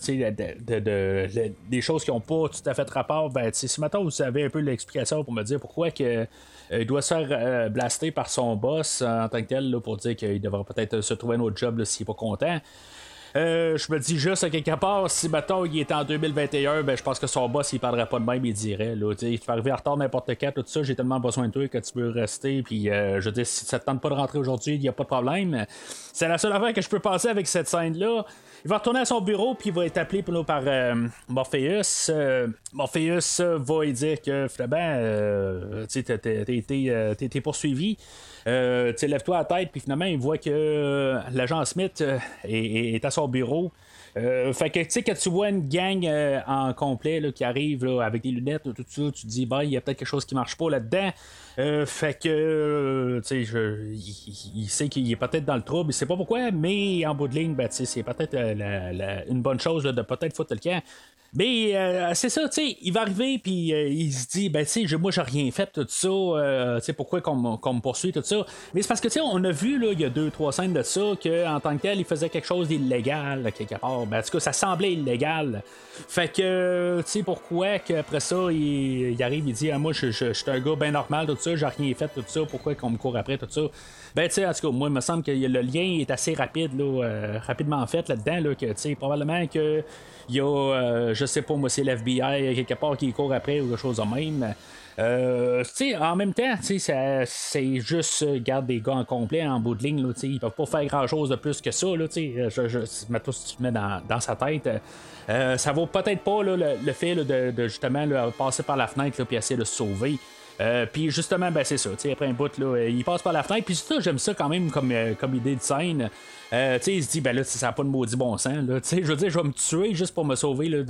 des choses qui n'ont pas tout à fait rapport. Ben, si maintenant vous avez un peu l'explication pour me dire pourquoi que il doit se faire blaster par son boss en tant que tel là, pour dire qu'il devrait peut-être se trouver un autre job là, s'il n'est pas content. Je me dis juste à quelque part, si mettons il est en 2021, ben je pense que son boss il parlerait pas de même, il dirait là, tu peux arriver en retard n'importe quand, tout ça, j'ai tellement besoin de toi que tu peux rester, puis je veux dire, si ça te tente pas de rentrer aujourd'hui, il n'y a pas de problème. C'est la seule affaire que je peux passer avec cette scène-là. Il va retourner à son bureau, puis il va être appelé par Morpheus. Morpheus va lui dire que finalement, tu sais, t'es poursuivi. Lève-toi à la tête, puis finalement, il voit que l'agent Smith est à son bureau. Fait que tu sais, quand tu vois une gang en complet là, qui arrive là, avec des lunettes, tout ça, tu te dis, bah, il y a peut-être quelque chose qui marche pas là-dedans. Fait que tu sais, il sait qu'il est peut-être dans le trouble, il sait pas pourquoi, mais en bout de ligne, ben, c'est peut-être une bonne chose là, de peut-être foutre le camp. Mais c'est ça, tu sais, il va arriver puis il se dit, ben tu sais, moi j'ai rien fait tout ça, tu sais, pourquoi qu'on me poursuit tout ça. Mais c'est parce que tu sais, on a vu là, il y a 2-3 scènes de ça qu'en tant que tel, il faisait quelque chose d'illégal là, quelque part. Ben en tout cas, ça semblait illégal. Fait que tu sais pourquoi qu'après ça, il arrive, il dit, moi je suis un gars bien normal tout ça, j'ai rien fait tout ça, pourquoi qu'on me court après tout ça. Ben tu sais, en tout cas, moi il me semble que le lien est assez rapide là, rapidement fait là-dedans là, que tu sais probablement que il y a, je sais pas, moi, c'est l'FBI quelque part qui court après ou quelque chose de même. En même temps, c'est juste garde des gars en complet en bout de ligne. Là, ils peuvent pas faire grand chose de plus que ça. Là, si tu te mets dans sa tête, ça vaut peut-être pas là, le fait là, de justement là, passer par la fenêtre et essayer de se sauver. Puis justement, ben c'est ça, après un bout, là, il passe par la fenêtre, puis ça, j'aime ça quand même comme idée de scène. Il se dit, ben là, ça n'a pas de maudit bon sens. Là, je veux dire, je vais me tuer juste pour me sauver là,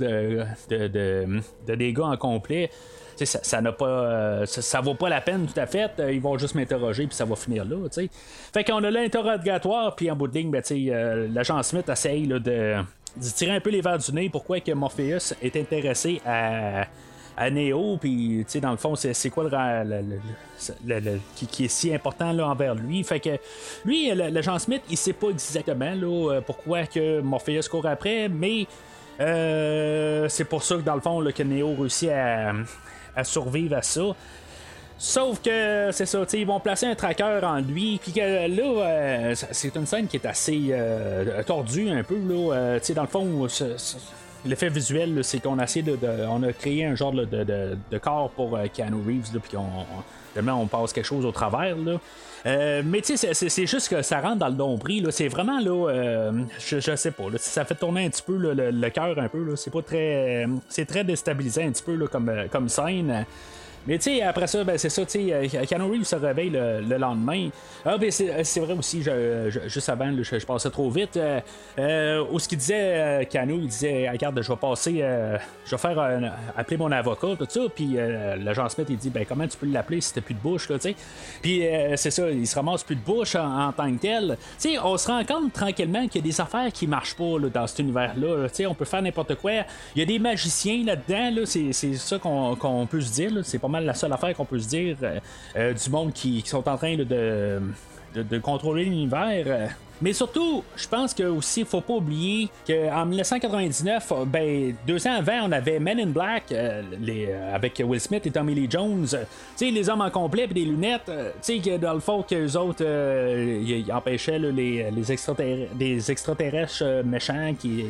de dégâts en complet. Ça n'a pas ça vaut pas la peine tout à fait. Ils vont juste m'interroger puis ça va finir là. T'sais. Fait qu'on a l'interrogatoire puis en bout de ligne, ben, l'agent Smith essaye là, de tirer un peu les verres du nez. Pourquoi que Morpheus est intéressé à Neo, puis tu sais, dans le fond, c'est quoi qui est si important là, envers lui. Fait que lui, l'agent Smith, il sait pas exactement là, pourquoi que Morpheus court après, mais c'est pour ça que dans le fond, là, que Neo réussit à survivre à ça. Sauf que c'est ça, ils vont placer un tracker en lui, puis que là, c'est une scène qui est assez tordue un peu là. Dans le fond, l'effet visuel, là, c'est qu'on a essayé on a créé un genre de corps pour Keanu Reeves, puis on passe quelque chose au travers. Là. Mais tu sais, c'est juste que ça rentre dans le nombril. C'est vraiment là, je sais pas. Là, ça fait tourner un petit peu le cœur un peu. Là, c'est pas très, c'est très déstabilisant un petit peu là, comme scène. Mais tu sais, après ça, ben, c'est ça, tu sais, Keanu Reeves se réveille le lendemain. Ah, ben, c'est vrai aussi, juste avant, je passais trop vite. Où ce qu'il disait, Keanu, il disait, regarde, je vais passer, je vais faire appeler mon avocat, tout ça. Puis l'agent Smith, il dit, ben, comment tu peux l'appeler si t'as plus de bouche, là, tu sais. Puis c'est ça, il se ramasse plus de bouche en tant que tel. Tu sais, on se rend compte tranquillement qu'il y a des affaires qui marchent pas là, dans cet univers-là. Tu sais, on peut faire n'importe quoi. Il y a des magiciens là-dedans, là, c'est ça qu'on peut se dire. Là. C'est pas mal la seule affaire qu'on peut se dire du monde qui sont en train là, de contrôler l'univers. Mais surtout, je pense que aussi, il faut pas oublier qu'en 1999, ben, 2 ans avant, on avait Men in Black avec Will Smith et Tommy Lee Jones. Tu sais, les hommes en complet et des lunettes. Tu sais, que dans le fond, qu'eux autres, ils empêchaient là, des extraterrestres méchants qui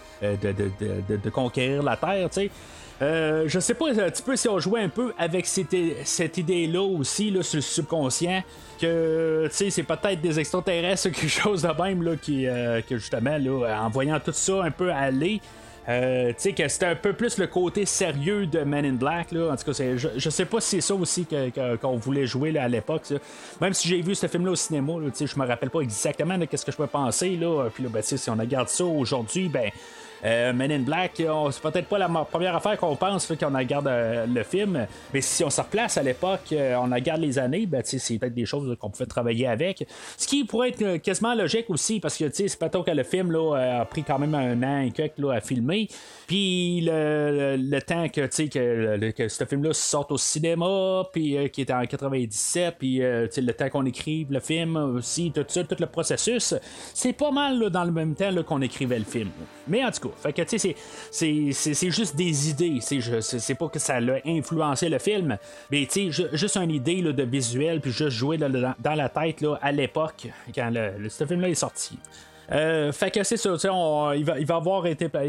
de conquérir la Terre, tu sais. Je sais pas un petit peu si on jouait un peu avec cette idée-là aussi là, sur le subconscient que c'est peut-être des extraterrestres ou quelque chose de même là, que justement là, en voyant tout ça un peu aller que c'était un peu plus le côté sérieux de Men in Black là. En tout cas je sais pas si c'est ça aussi qu'on voulait jouer là, à l'époque ça. Même si j'ai vu ce film là au cinéma là, je me rappelle pas exactement de qu'est-ce que je peux penser là. Puis là ben, si on regarde ça aujourd'hui ben Men in Black, c'est peut-être pas la première affaire qu'on pense quand on regarde le film, mais si on se replace à l'époque, on regarde les années, ben, c'est peut-être des choses qu'on pouvait travailler avec. Ce qui pourrait être quasiment logique aussi, parce que c'est pas tôt que le film là, a pris quand même un an et quelques là, à filmer, puis le temps que ce film-là sorte au cinéma, puis qui était en 97, puis le temps qu'on écrive le film aussi, tout ça, tout le processus, c'est pas mal là, dans le même temps là, qu'on écrivait le film. Mais en tout cas, fait que tu sais, c'est juste des idées. C'est pas que ça l'a influencé le film, mais tu sais, juste une idée là, de visuel, puis juste jouer dans la tête là, à l'époque, quand ce film-là est sorti. Fait que c'est ça, il va avoir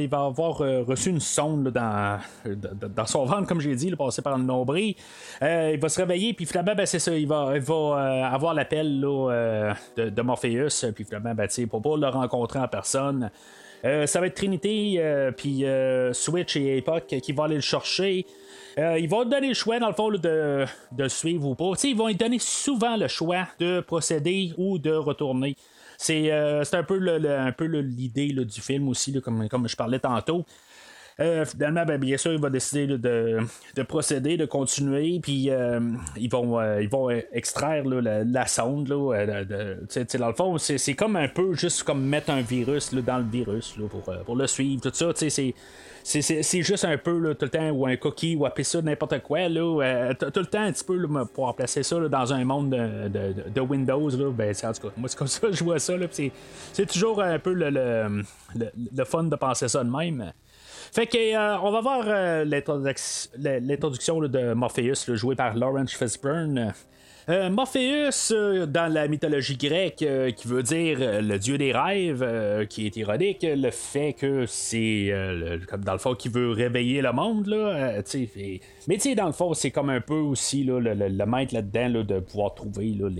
reçu une sonde là, dans son ventre, comme j'ai dit, là, passé par le nombril. Il va se réveiller, puis finalement, ben, c'est ça, il va avoir l'appel là, de Morpheus, puis finalement, ben, pour pas le rencontrer en personne. Ça va être Trinity, puis Switch et Epoch qui vont aller le chercher. Ils vont donner le choix, dans le fond, là, de le suivre ou pas. T'sais, ils vont lui donner souvent le choix de procéder ou de retourner. C'est un peu l'idée là, du film aussi, là, comme je parlais tantôt. Finalement, ben, bien sûr, il va décider là, de procéder, de continuer, puis ils vont extraire là, la sonde. Là, dans le fond, c'est comme un peu juste comme mettre un virus là, dans le virus là, pour le suivre, tout ça. C'est juste un peu là, tout le temps, ou un cookie, ou appeler ça n'importe quoi. Là, tout le temps, un petit peu là, pour placer ça là, dans un monde de Windows. Là, ben, en tout cas, moi, c'est comme ça que je vois ça. Là, c'est toujours un peu le fun de penser ça de même. Fait que on va voir l'introduction là, de Morpheus là, joué par Lawrence Fishburne. Morpheus, dans la mythologie grecque, qui veut dire le dieu des rêves, qui est ironique, le fait que c'est comme dans le fond qui veut réveiller le monde là, mais dans le fond c'est comme un peu aussi là, le maître là-dedans là, de pouvoir trouver là,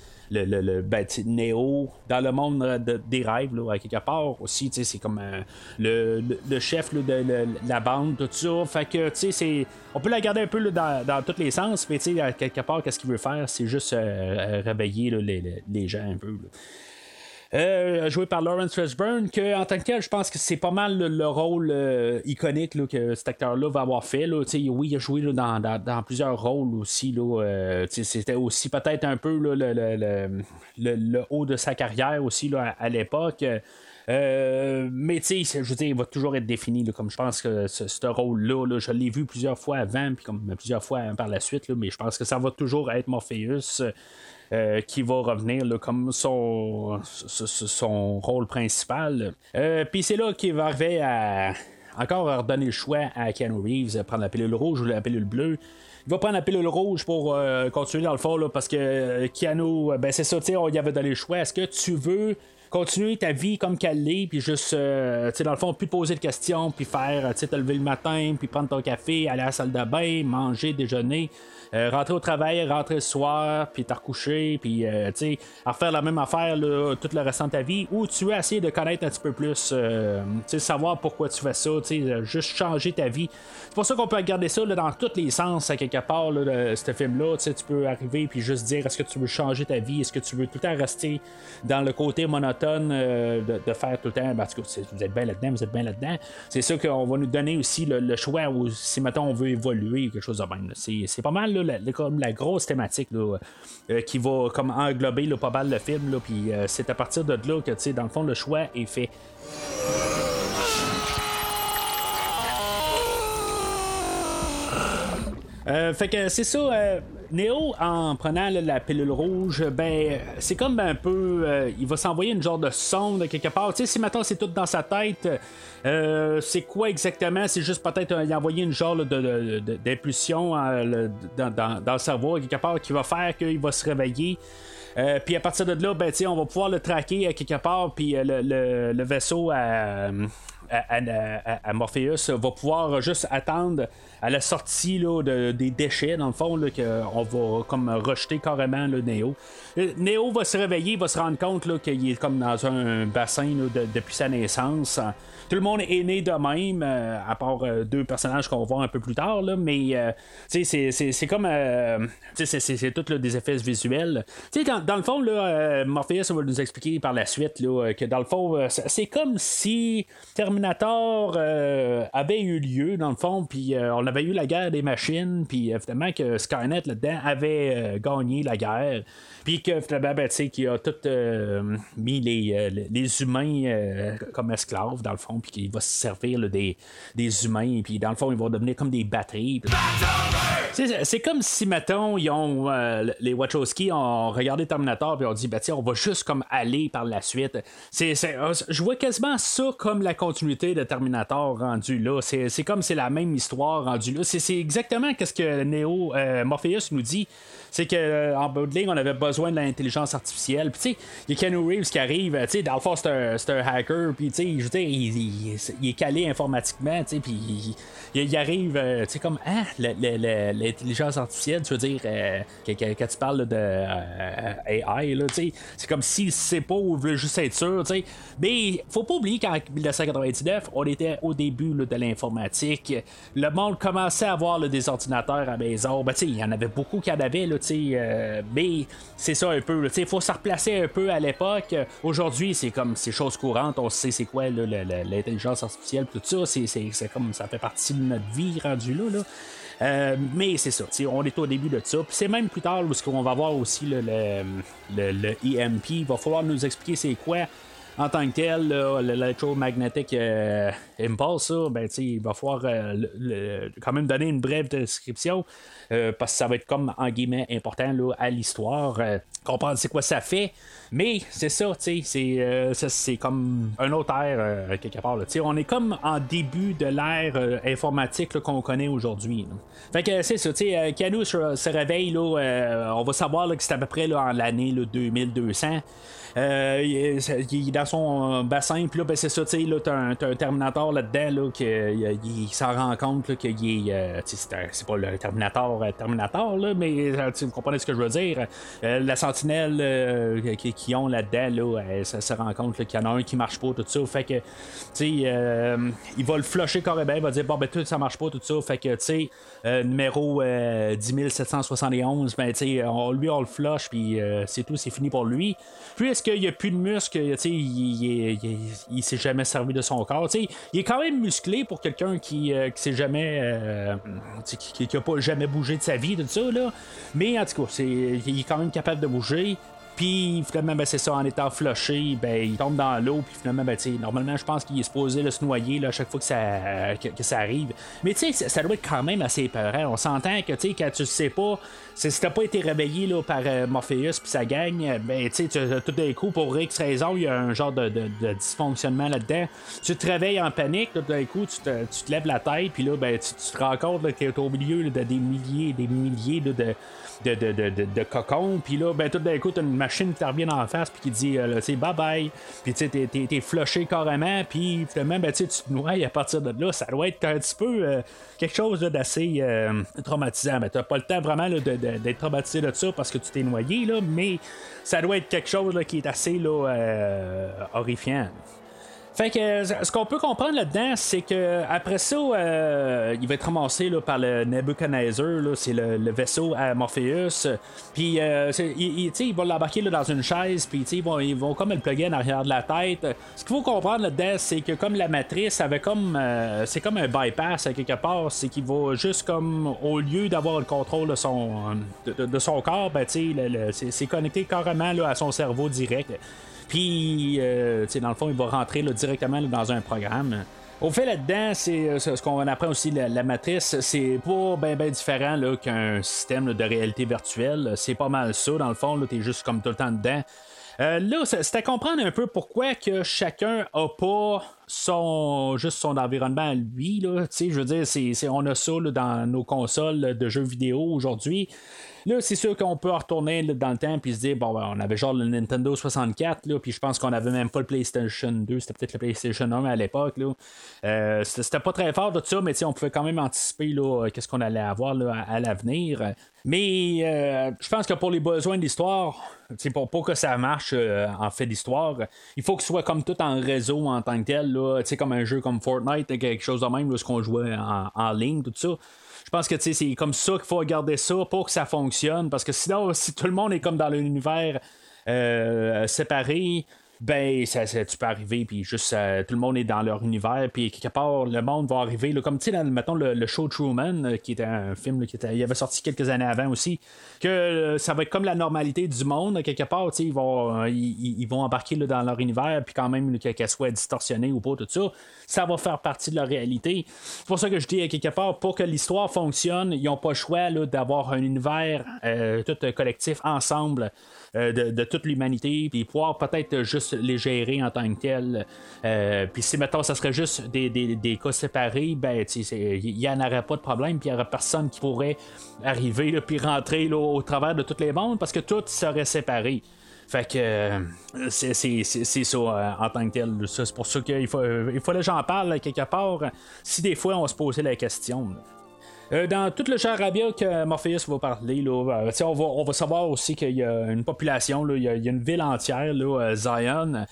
Néo dans le monde des rêves là, à quelque part aussi, c'est comme le chef là, de la bande, tout ça. Fait que on peut la garder un peu là, dans tous les sens, mais à quelque part, qu'est-ce qu'il veut faire, c'est juste réveiller là, les gens un peu. Joué par Lawrence Fishburne, que en tant que tel, je pense que c'est pas mal le rôle iconique là, que cet acteur-là va avoir fait. Là. Oui, il a joué là, dans plusieurs rôles aussi. Là, c'était aussi peut-être un peu là, le haut de sa carrière aussi là, à l'époque. Mais je veux dire, il va toujours être défini là, comme je pense que ce rôle-là, là, je l'ai vu plusieurs fois avant, puis comme plusieurs fois par la suite, là, mais je pense que ça va toujours être Morpheus. Qui va revenir là, comme son rôle principal. Puis c'est là qu'il va arriver à encore redonner le choix à Keanu Reeves, prendre la pilule rouge ou la pilule bleue. Il va prendre la pilule rouge pour continuer dans le fond là, parce que Keanu, ben c'est ça, on y avait donné le choix. Est-ce que tu veux continuer ta vie comme qu'elle l'est, puis juste, dans le fond, plus te poser de questions, puis faire, te lever le matin, puis prendre ton café, aller à la salle de bain, manger, déjeuner, rentrer au travail, rentrer le soir, puis te recoucher, puis, refaire la même affaire là, tout le restant de ta vie, ou tu veux essayer de connaître un petit peu plus, savoir pourquoi tu fais ça, juste changer ta vie. C'est pour ça qu'on peut regarder ça là, dans tous les sens, à quelque part, là, de ce film-là. Tu peux arriver puis juste dire est-ce que tu veux changer ta vie, est-ce que tu veux tout le temps rester dans le côté monotone de faire tout le temps. En tout cas, vous êtes bien là-dedans. C'est ça qu'on va nous donner aussi le choix ou si maintenant on veut évoluer ou quelque chose de même. Là. C'est pas mal là, comme la grosse thématique là, qui va comme englober là, pas mal le film. Puis c'est à partir de là que dans le fond le choix est fait. Fait que c'est ça, Neo en prenant là, la pilule rouge, ben c'est comme un peu, il va s'envoyer une genre de sonde quelque part. Tu sais, si maintenant c'est tout dans sa tête, c'est quoi exactement? C'est juste peut-être il a envoyé une genre d'impulsion dans le cerveau quelque part qui va faire qu'il va se réveiller. Puis à partir de là, ben on va pouvoir le traquer quelque part, puis le vaisseau à Morpheus va pouvoir juste attendre à la sortie là, des déchets dans le fond là, qu'on va comme rejeter carrément le Neo. Neo va se réveiller, il va se rendre compte là, qu'il est comme dans un bassin là, depuis sa naissance. Tout le monde est né de même, à part deux personnages qu'on va voir un peu plus tard, là, mais c'est comme c'est tout là, des effets visuels. Dans le fond, là, Morpheus va nous expliquer par la suite là, que dans le fond, c'est comme si Terminator avait eu lieu, dans le fond, puis on avait eu la guerre des machines, puis évidemment que Skynet là-dedans avait gagné la guerre. Puis que finalement, qu'il a tout mis les humains comme esclaves, dans le fond, puis qu'il va se servir là, des humains, puis dans le fond, ils vont devenir comme des batteries. C'est comme si, mettons, ils ont, les Wachowski ont regardé Terminator, puis ont dit, on va juste comme aller par la suite. Je vois quasiment ça comme la continuité de Terminator rendu là. C'est comme c'est la même histoire rendue là. C'est exactement ce que Morpheus nous dit. C'est qu'en bout de ligne, on avait besoin de l'intelligence artificielle. Puis, tu sais, il y a Keanu Reeves qui arrive. Tu sais, dans le fond, c'est un hacker. Puis, tu sais, je veux dire, il est calé informatiquement. Tu sais, puis il arrive, tu sais, comme, l'intelligence artificielle, tu veux dire, quand tu parles de AI, là, tu sais, c'est comme s'il sait pas ou veut juste être sûr, tu sais. Mais, faut pas oublier qu'en 1999, on était au début là, de l'informatique. Le monde commençait à avoir là, des ordinateurs à la maison. Ben, tu sais, il y en avait beaucoup qui en avaient, là. Mais c'est ça un peu. Il faut se replacer un peu à l'époque. Aujourd'hui, c'est comme ces choses courantes. On sait c'est quoi là, l'intelligence artificielle, tout ça. C'est comme ça fait partie de notre vie rendue là. Mais c'est ça, on est au début de ça. Puis c'est même plus tard où on va voir aussi le EMP. Il va falloir nous expliquer c'est quoi. En tant que tel, l'electromagnetic impulse, il va falloir quand même donner une brève description parce que ça va être comme en guillemets important là, à l'histoire, comprendre c'est quoi ça fait. Mais c'est ça, c'est comme un autre ère quelque part. Là. On est comme en début de l'ère informatique là, qu'on connaît aujourd'hui. Là. Fait que c'est ça, Keanu se réveille, là, on va savoir là, que c'est à peu près là, en l'année là, 2200. Il est dans son bassin, puis là, c'est ça, tu sais, là, t'as un Terminator là-dedans, là, il s'en rend compte là, qu'il est. C'est pas le Terminator, là, mais vous comprenez ce que je veux dire. La sentinelle qui ont là-dedans, là, ça se rend compte là, qu'il y en a un qui marche pas, tout ça. Fait que, tu sais, il va le flusher carrément, il va dire, bon, tout ça marche pas, tout ça. Fait que, tu sais, numéro 10771, tu sais, on le flush, puis c'est tout, c'est fini pour lui. Puis, est-ce qu'il n'y a plus de muscles? Il s'est jamais servi de son corps. T'sais, il est quand même musclé pour quelqu'un qui s'est jamais qui n'a pas jamais bougé de sa vie, tout ça, là. Mais en tout cas, il est quand même capable de bouger. Puis finalement, c'est ça, en étant flushé, il tombe dans l'eau. Puis finalement, normalement, je pense qu'il est supposé là, se noyer là, à chaque fois que ça arrive. Mais tu sais, ça doit être quand même assez épeurant. On s'entend que quand tu le sais pas, si t'as pas été réveillé là, par Morpheus puis ça gagne, tout d'un coup, pour X raison, il y a un genre de dysfonctionnement là-dedans. Tu te réveilles en panique, tout d'un coup, tu te lèves la tête, puis là, tu te rends compte là, que t'es au milieu là, de des milliers et des milliers là, de cocons. Puis là, tout d'un coup, t'as une machine machine qui te revient en face puis qui dit bye bye, puis tu sais t'es flushé carrément, puis finalement tu te noies à partir de là. Ça doit être un petit peu quelque chose là, d'assez traumatisant. T'as pas le temps vraiment là, d'être traumatisé de ça parce que tu t'es noyé là, mais ça doit être quelque chose là, qui est assez là, horrifiant. Fait que ce qu'on peut comprendre là-dedans, c'est que après ça, il va être ramassé là, par le Nebuchadnezzar, là, c'est le vaisseau à Morpheus. Puis il va l'embarquer là, dans une chaise, puis ils vont comme le plugger en arrière de la tête. Ce qu'il faut comprendre là-dedans, c'est que comme la matrice avait comme c'est comme un bypass à quelque part, c'est qu'il va juste comme au lieu d'avoir le contrôle de son corps, c'est connecté carrément là, à son cerveau direct. Puis, dans le fond, il va rentrer là, directement là, dans un programme. Au fait, là-dedans, c'est ce qu'on apprend aussi, la matrice, c'est pas bien différent là, qu'un système là, de réalité virtuelle. C'est pas mal ça, dans le fond, là, t'es juste comme tout le temps dedans. Là, c'est à comprendre un peu pourquoi que chacun a pas juste son environnement à lui. Là. Je veux dire, on a ça là, dans nos consoles de jeux vidéo aujourd'hui. Là, c'est sûr qu'on peut retourner là, dans le temps puis se dire, bon, on avait genre le Nintendo 64, là, puis je pense qu'on avait même pas le PlayStation 2, c'était peut-être le PlayStation 1 à l'époque. Là. C'était pas très fort de ça, mais on pouvait quand même anticiper là, qu'est-ce qu'on allait avoir là, à l'avenir. Mais je pense que pour les besoins de l'histoire, pour que ça marche en fait d'histoire, il faut que ce soit comme tout en réseau en tant que tel, là, comme un jeu comme Fortnite, quelque chose de même, là, ce qu'on jouait en ligne, tout ça. Je pense que c'est comme ça qu'il faut regarder ça pour que ça fonctionne, parce que sinon, si tout le monde est comme dans l'univers séparé, ben tu peux arriver puis juste tout le monde est dans leur univers, puis quelque part le monde va arriver là, comme tu sais mettons le show Truman qui était un film là, il avait sorti quelques années avant aussi, que ça va être comme la normalité du monde quelque part, ils vont embarquer là, dans leur univers, puis quand même qu'elle soit distorsionnée ou pas, tout ça va faire partie de leur réalité. C'est pour ça que je dis quelque part, pour que l'histoire fonctionne, ils n'ont pas le choix là, d'avoir un univers tout collectif ensemble de toute l'humanité, puis pouvoir peut-être juste les gérer en tant que tel. Puis si mettons ça serait juste des cas séparés, ben il n'y en aurait pas de problème, puis il n'y aurait personne qui pourrait arriver là, puis rentrer là, au travers de tous les mondes, parce que tout serait séparé. Fait que c'est ça en tant que tel. Ça, c'est pour ça qu'il fallait que j'en parle quelque part, si des fois on se posait la question. Dans tout le charabia que Morpheus va parler, là, on va savoir aussi qu'il y a une population, là, il y a une ville entière, là, Zion,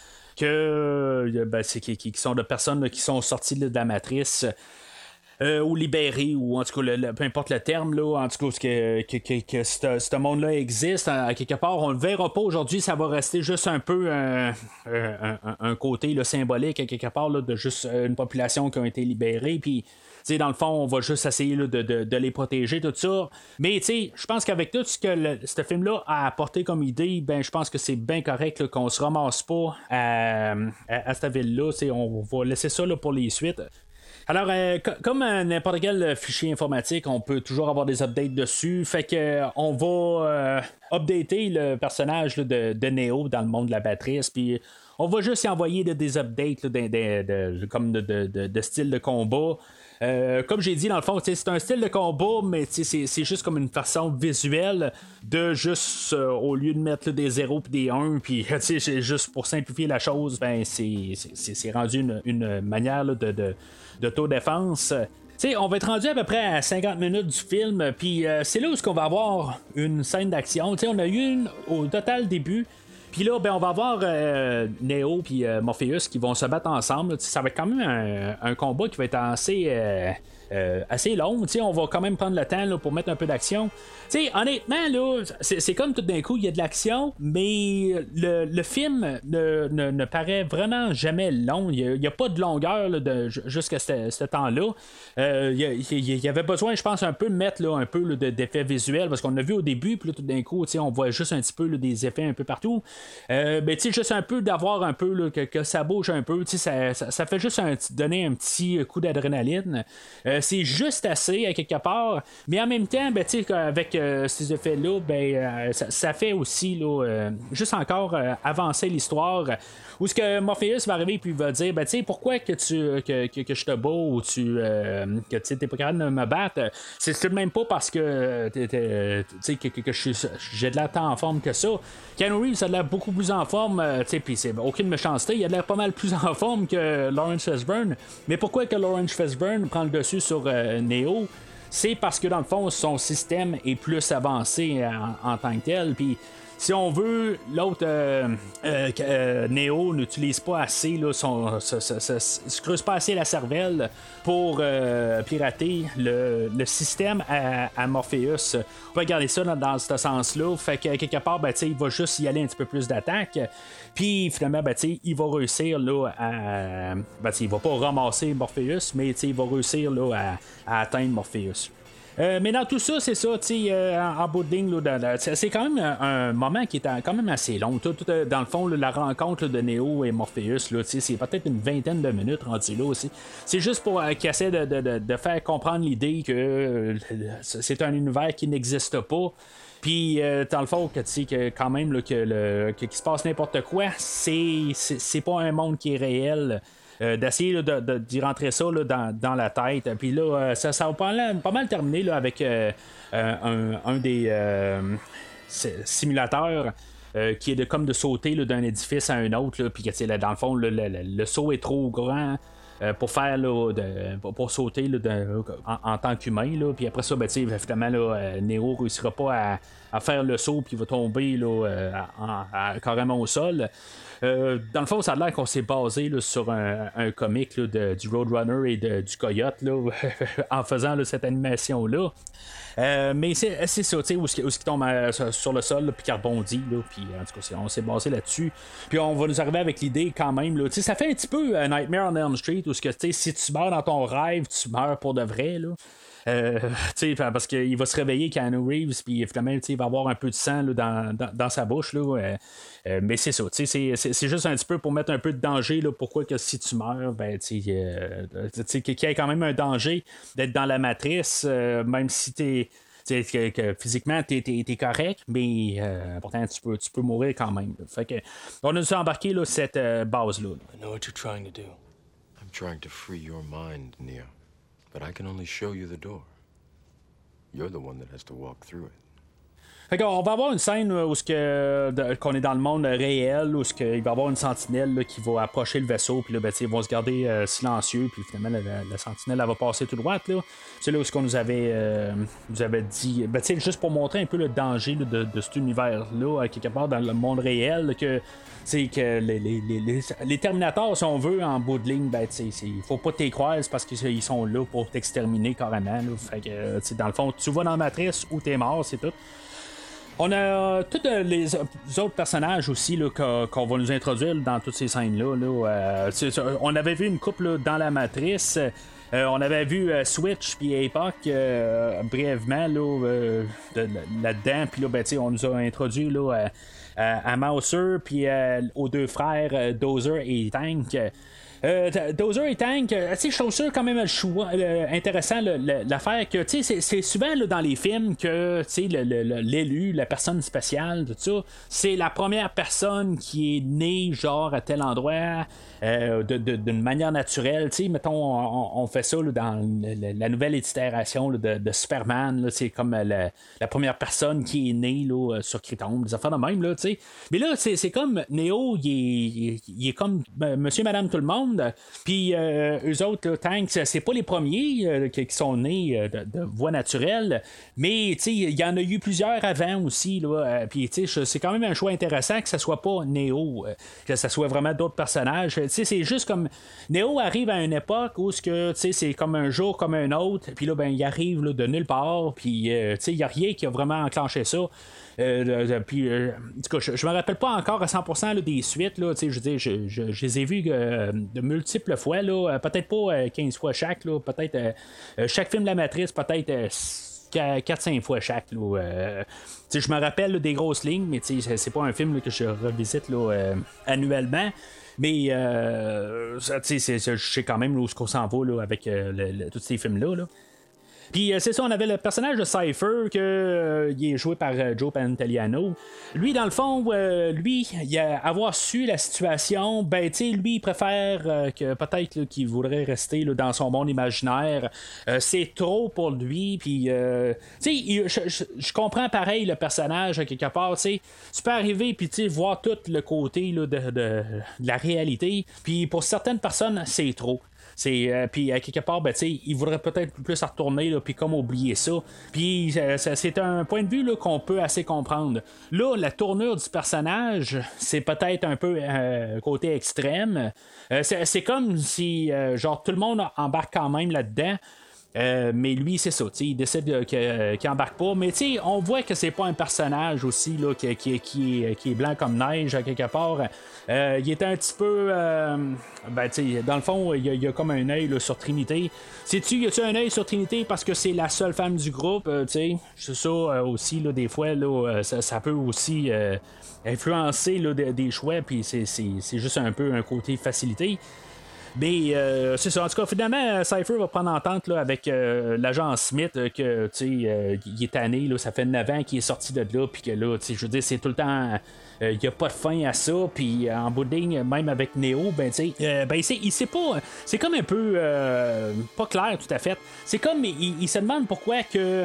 qui sont de personnes là, qui sont sorties là, de la matrice. Ou libérés, ou en tout cas, peu importe le terme, là, en tout cas, que ce monde-là existe, à quelque part, on le verra pas aujourd'hui, ça va rester juste un peu un côté là, symbolique, à quelque part, là, de juste une population qui a été libérée, puis dans le fond, on va juste essayer là, de les protéger, tout ça. Mais je pense qu'avec tout ce que ce film-là a apporté comme idée, ben je pense que c'est bien correct là, qu'on se ramasse pas à cette ville-là. On va laisser ça là, pour les suites. Alors, comme n'importe quel fichier informatique, on peut toujours avoir des updates dessus. Fait que on va updater le personnage là, de Neo dans le monde de la matrice. Puis on va juste y envoyer des updates là, comme de style de combat. Comme j'ai dit, dans le fond, c'est un style de combat, mais c'est juste comme une façon visuelle de juste, au lieu de mettre là, des 0 et des 1, puis c'est juste pour simplifier la chose, ben c'est rendu une manière là, d'autodéfense. On va être rendu à peu près à 50 minutes du film, puis c'est là où on va avoir une scène d'action. On a eu une au total début. Puis là, ben, on va avoir Neo et Morpheus qui vont se battre ensemble. Ça va être quand même un combat qui va être assez long. On va quand même prendre le temps là, pour mettre un peu d'action. Honnêtement, là, c'est comme tout d'un coup, il y a de l'action, mais le film ne paraît vraiment jamais long. Il n'y a pas de longueur là, jusqu'à ce temps-là. Il y avait besoin, je pense, un peu de mettre là, un peu là, d'effets visuels, parce qu'on a vu au début, puis là, tout d'un coup, on voit juste un petit peu là, des effets un peu partout. Juste un peu d'avoir un peu là, que ça bouge un peu, ça fait juste donner un petit coup d'adrénaline. c'est juste assez à quelque part, mais en même temps, ben, avec ces effets-là, ben, ça fait aussi là, juste encore avancer l'histoire. Où ce que Morpheus va arriver puis va dire, ben, tu sais, pourquoi que je te bats ou que tu t'es pas capable de me battre, c'est tout de même pas parce que j'ai de l'air tant en forme que ça. Keanu Reeves a de l'air beaucoup plus en forme, puis c'est aucune méchanceté, il a de l'air pas mal plus en forme que Lawrence Fishburne. Mais pourquoi que Lawrence Fishburne prend le dessus sur Neo? C'est parce que dans le fond, son système est plus avancé en tant que tel, puis si on veut, l'autre Neo n'utilise pas assez se creuse pas assez la cervelle pour pirater le système à Morpheus. On peut regarder ça dans ce sens-là. Fait que quelque part, ben, il va juste y aller un petit peu plus d'attaque. Puis finalement, ben, il va réussir là, il va pas ramasser Morpheus, mais il va réussir là, à atteindre Morpheus. Mais dans tout ça, c'est ça, en bout de ligne, c'est quand même un moment qui est quand même assez long. Tout, dans le fond, la rencontre de Neo et Morpheus, c'est peut-être une vingtaine de minutes rendu là aussi. C'est juste pour qu'ils essaient de faire comprendre l'idée que c'est un univers qui n'existe pas. Puis, dans le fond, que quand même, là, qu'il se passe n'importe quoi, c'est pas un monde qui est réel. D'essayer d'y rentrer ça là, dans la tête. Puis là, ça va pas mal terminer là, avec un des simulateurs. Qui est comme de sauter là, d'un édifice à un autre, puis que dans le fond, le saut est trop grand. Pour faire là, pour sauter là, en tant qu'humain, puis après ça, ben, évidemment, là, Neo ne réussira pas à faire le saut, puis il va tomber là, carrément au sol. Dans le fond, ça a l'air qu'on s'est basé là, sur un comic là, du Roadrunner et du Coyote là, en faisant là, cette animation-là. Mais c'est ça, tu sais, où il tombe sur le sol, puis qu'il rebondit, puis en tout cas, on s'est basé là-dessus. Puis on va nous arriver avec l'idée quand même, là, tu sais, ça fait un petit peu Nightmare on Elm Street, où si tu meurs dans ton rêve, tu meurs pour de vrai, là. Parce qu'il va se réveiller Keanu Reeves, puis finalement, il va avoir un peu de sang là, dans sa bouche. Là, mais c'est ça, c'est juste un petit peu pour mettre un peu de danger. Là, pourquoi que si tu meurs, ben, qu'il y ait quand même un danger d'être dans la matrice, même si t'es. Que physiquement t'es correct, mais pourtant tu peux mourir quand même. Fait que on a dû embarquer là, cette base-là. I know what you're trying to do. I'm trying to free your mind, Neo. But I can only show you the door. You're the one that has to walk through it. Fait qu'on va avoir une scène où qu'on est dans le monde réel, où il va y avoir une sentinelle là, qui va approcher le vaisseau, puis là, ben, ils vont se garder silencieux, puis finalement la sentinelle elle va passer tout droit. Là. C'est là où qu'on nous avait dit, ben, juste pour montrer un peu le danger là, de cet univers-là, quelque part dans le monde réel, que les Terminators, si on veut, en bout de ligne, ben, il faut pas t'y croiser parce qu'ils sont là pour t'exterminer carrément. Là. Fait que, dans le fond, tu vas dans la matrice ou t'es mort, c'est tout. On a tous les autres personnages aussi là, qu'on va nous introduire dans toutes ces scènes-là. Là. On avait vu une couple là, dans la matrice. On avait vu Switch puis Apoc brièvement là-dedans. Puis là, ben, on nous a introduit là, à Mouser puis aux deux frères Dozer et Tank. Dozer et Tank, je trouve ça quand même intéressant l'affaire que c'est souvent là, dans les films que l'élu, la personne spéciale, tout ça, c'est la première personne qui est née genre à tel endroit d'une manière naturelle. Mettons, on fait ça là, dans la nouvelle itération là, de Superman, c'est comme la première personne qui est née là, sur Krypton, des affaires de même. Là, mais là, c'est comme Neo, il est comme monsieur, madame, tout le monde. Puis eux autres, là, Tanks, c'est pas les premiers qui sont nés de voie naturelle, mais il y en a eu plusieurs avant aussi. Puis c'est quand même un choix intéressant que ce soit pas Neo, que ce soit vraiment d'autres personnages. C'est juste comme Neo arrive à une époque où c'est comme un jour comme un autre, puis là, ben, il arrive là, de nulle part, puis il n'y a rien qui a vraiment enclenché ça. Puis, en tout cas, je me rappelle pas encore à 100% là, des suites. Là, je veux dire, je les ai vus de multiples fois. Là, peut-être pas 15 fois chaque. Là, peut-être chaque film de la Matrice, peut-être 4-5 fois chaque. Là, je me rappelle là, des grosses lignes, mais c'est pas un film là, que je revisite là, annuellement. Mais je sais quand même là, où on s'en va là, avec tous ces films-là. Là. Puis c'est ça, on avait le personnage de Cypher il est joué par Joe Pantoliano. Lui, dans le fond, avoir su la situation, ben tu sais, lui, il préfère que peut-être là, qu'il voudrait rester là, dans son monde imaginaire. C'est trop pour lui. Puis tu sais, je comprends pareil le personnage quelque part. Tu sais, tu peux arriver puis tu sais voir tout le côté là, de la réalité. Puis pour certaines personnes, c'est trop. Puis à quelque part, ben, il voudrait peut-être plus retourner, puis comme oublier ça. Puis c'est un point de vue là, qu'on peut assez comprendre. Là, la tournure du personnage, c'est peut-être un peu côté extrême. C'est comme si genre tout le monde embarque quand même là-dedans. Mais lui, c'est ça, il décide qu'il embarque pas. Mais on voit que c'est pas un personnage aussi là, qui est blanc comme neige à quelque part. Il est un petit peu. Dans le fond, il y a comme un œil là, sur Trinité. Y a-tu un œil sur Trinité parce que c'est la seule femme du groupe? C'est ça aussi, là, des fois, là, ça peut aussi influencer là, des choix, puis c'est juste un peu un côté facilité. Mais c'est ça. En tout cas, finalement, Cypher va prendre entente là, avec l'agent Smith que il est tanné, là, ça fait 9 ans qu'il est sorti de là, puis que là, je veux dire, c'est tout le temps. Il n'y a pas de fin à ça, puis en bout de ligne, même avec Neo, il sait pas. C'est comme un peu pas clair tout à fait. C'est comme il se demande pourquoi que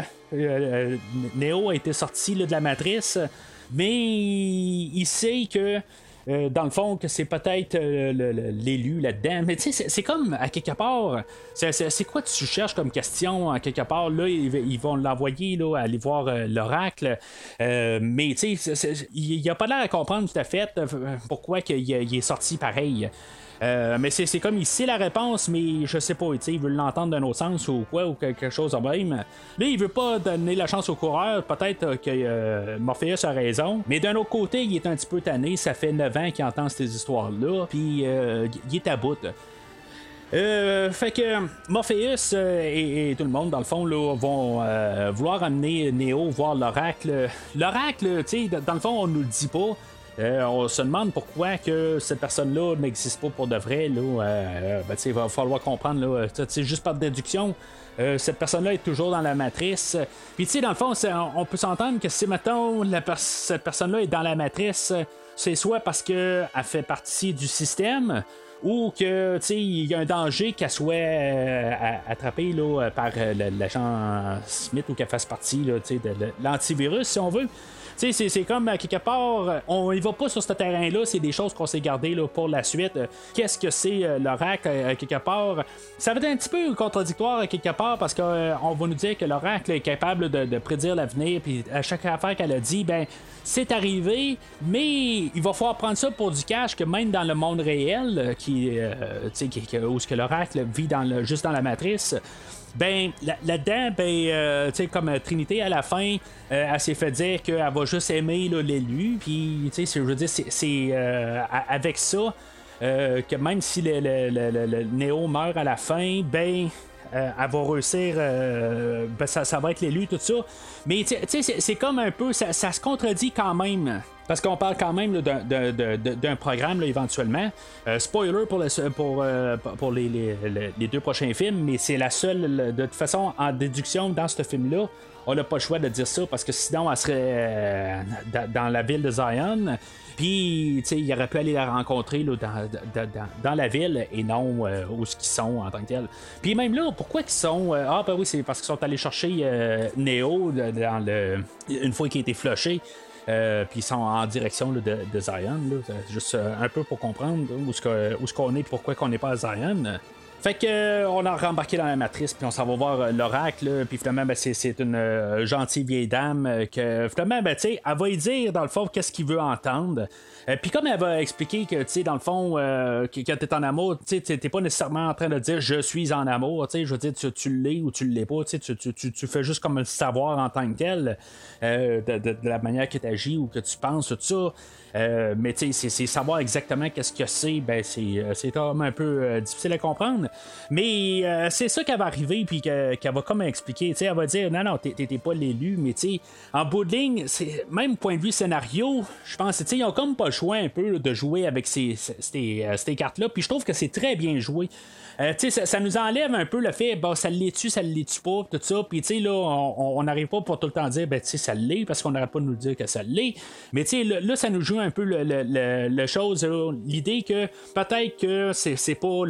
Neo a été sorti là, de la matrice, mais il sait que. Dans le fond, que c'est peut-être l'élu là-dedans. Mais tu sais, c'est comme à quelque part. C'est quoi tu cherches comme question à quelque part? Là, ils vont l'envoyer là, aller voir l'oracle. Mais tu sais, il a pas l'air à comprendre tout à fait pourquoi il est sorti pareil. Mais c'est comme il sait la réponse, mais je sais pas, il veut l'entendre d'un autre sens ou quoi, ou quelque chose de même. Là, il veut pas donner la chance au coureur, peut-être que Morpheus a raison, mais d'un autre côté, il est un petit peu tanné, ça fait 9 ans qu'il entend ces histoires-là, puis il est à bout. Fait que Morpheus et tout le monde, dans le fond, là, vont vouloir amener Neo voir l'oracle. L'oracle, tu sais, dans le fond, on nous le dit pas. On se demande pourquoi que cette personne-là n'existe pas pour de vrai. Il va falloir comprendre, là, juste par déduction. Cette personne-là est toujours dans la matrice. Puis, dans le fond, on peut s'entendre que si, mettons, cette personne-là est dans la matrice, c'est soit parce qu'elle fait partie du système, ou que il y a un danger qu'elle soit attrapée là, par l'agent Smith, ou qu'elle fasse partie là, de l'antivirus, si on veut. C'est comme à quelque part, on y va pas sur ce terrain-là, c'est des choses qu'on s'est gardées là, pour la suite. Qu'est-ce que c'est l'oracle à quelque part? Ça va être un petit peu contradictoire à quelque part parce qu'on va nous dire que l'oracle est capable de prédire l'avenir, puis à chaque affaire qu'elle a dit, ben c'est arrivé, mais il va falloir prendre ça pour du cash que même dans le monde réel, où ce que l'oracle vit juste dans la matrice. Ben, là-dedans, comme Trinité, à la fin, elle s'est fait dire qu'elle va juste aimer là, l'élu. Puis, je veux dire, c'est avec ça, que même si le Néo meurt à la fin, elle va réussir, ça va être l'élu, tout ça. Mais, c'est comme un peu, ça se contredit quand même. Parce qu'on parle quand même là, d'un programme là, éventuellement. Spoiler pour les 2 prochains films, mais c'est la seule, de toute façon, en déduction dans ce film-là. On n'a pas le choix de dire ça parce que sinon, elle serait dans la ville de Zion. Puis, il aurait pu aller la rencontrer là, dans la ville et non où ils sont en tant que tel. Puis même là, pourquoi ils sont... oui, c'est parce qu'ils sont allés chercher Neo une fois qu'il a été flushé. Puis ils sont en direction là, de Zion, là, juste un peu pour comprendre où ce qu'on est et pourquoi qu'on n'est pas à Zion. Fait que on a rembarqué dans la matrice, puis on s'en va voir l'oracle, puis finalement, c'est une gentille vieille dame que finalement, elle va y dire dans le fond qu'est-ce qu'il veut entendre. Puis comme elle va expliquer que, dans le fond, quand t'es en amour, t'es pas nécessairement en train de dire je suis en amour, je veux dire, tu l'es ou tu l'es pas, tu fais juste comme le savoir en tant que tel, de la manière que tu agis ou que tu penses, tout ça. Mais c'est savoir exactement qu'est-ce que c'est, c'est comme un peu difficile à comprendre. Mais c'est ça qu'elle va arriver, puis qu'elle va comme expliquer. Elle va dire non, t'es pas l'élu, mais en bout de ligne, même point de vue scénario, je pense ils ont comme pas le choix un peu de jouer avec ces cartes-là, puis je trouve que c'est très bien joué. Ça nous enlève un peu le fait, ça l'est-tu pas, tout ça. Puis là, on n'arrive pas pour tout le temps dire, ça l'est, parce qu'on n'arrête pas de nous dire que ça l'est. Mais là, ça nous joue un peu le chose, l'idée que peut-être que c'est pas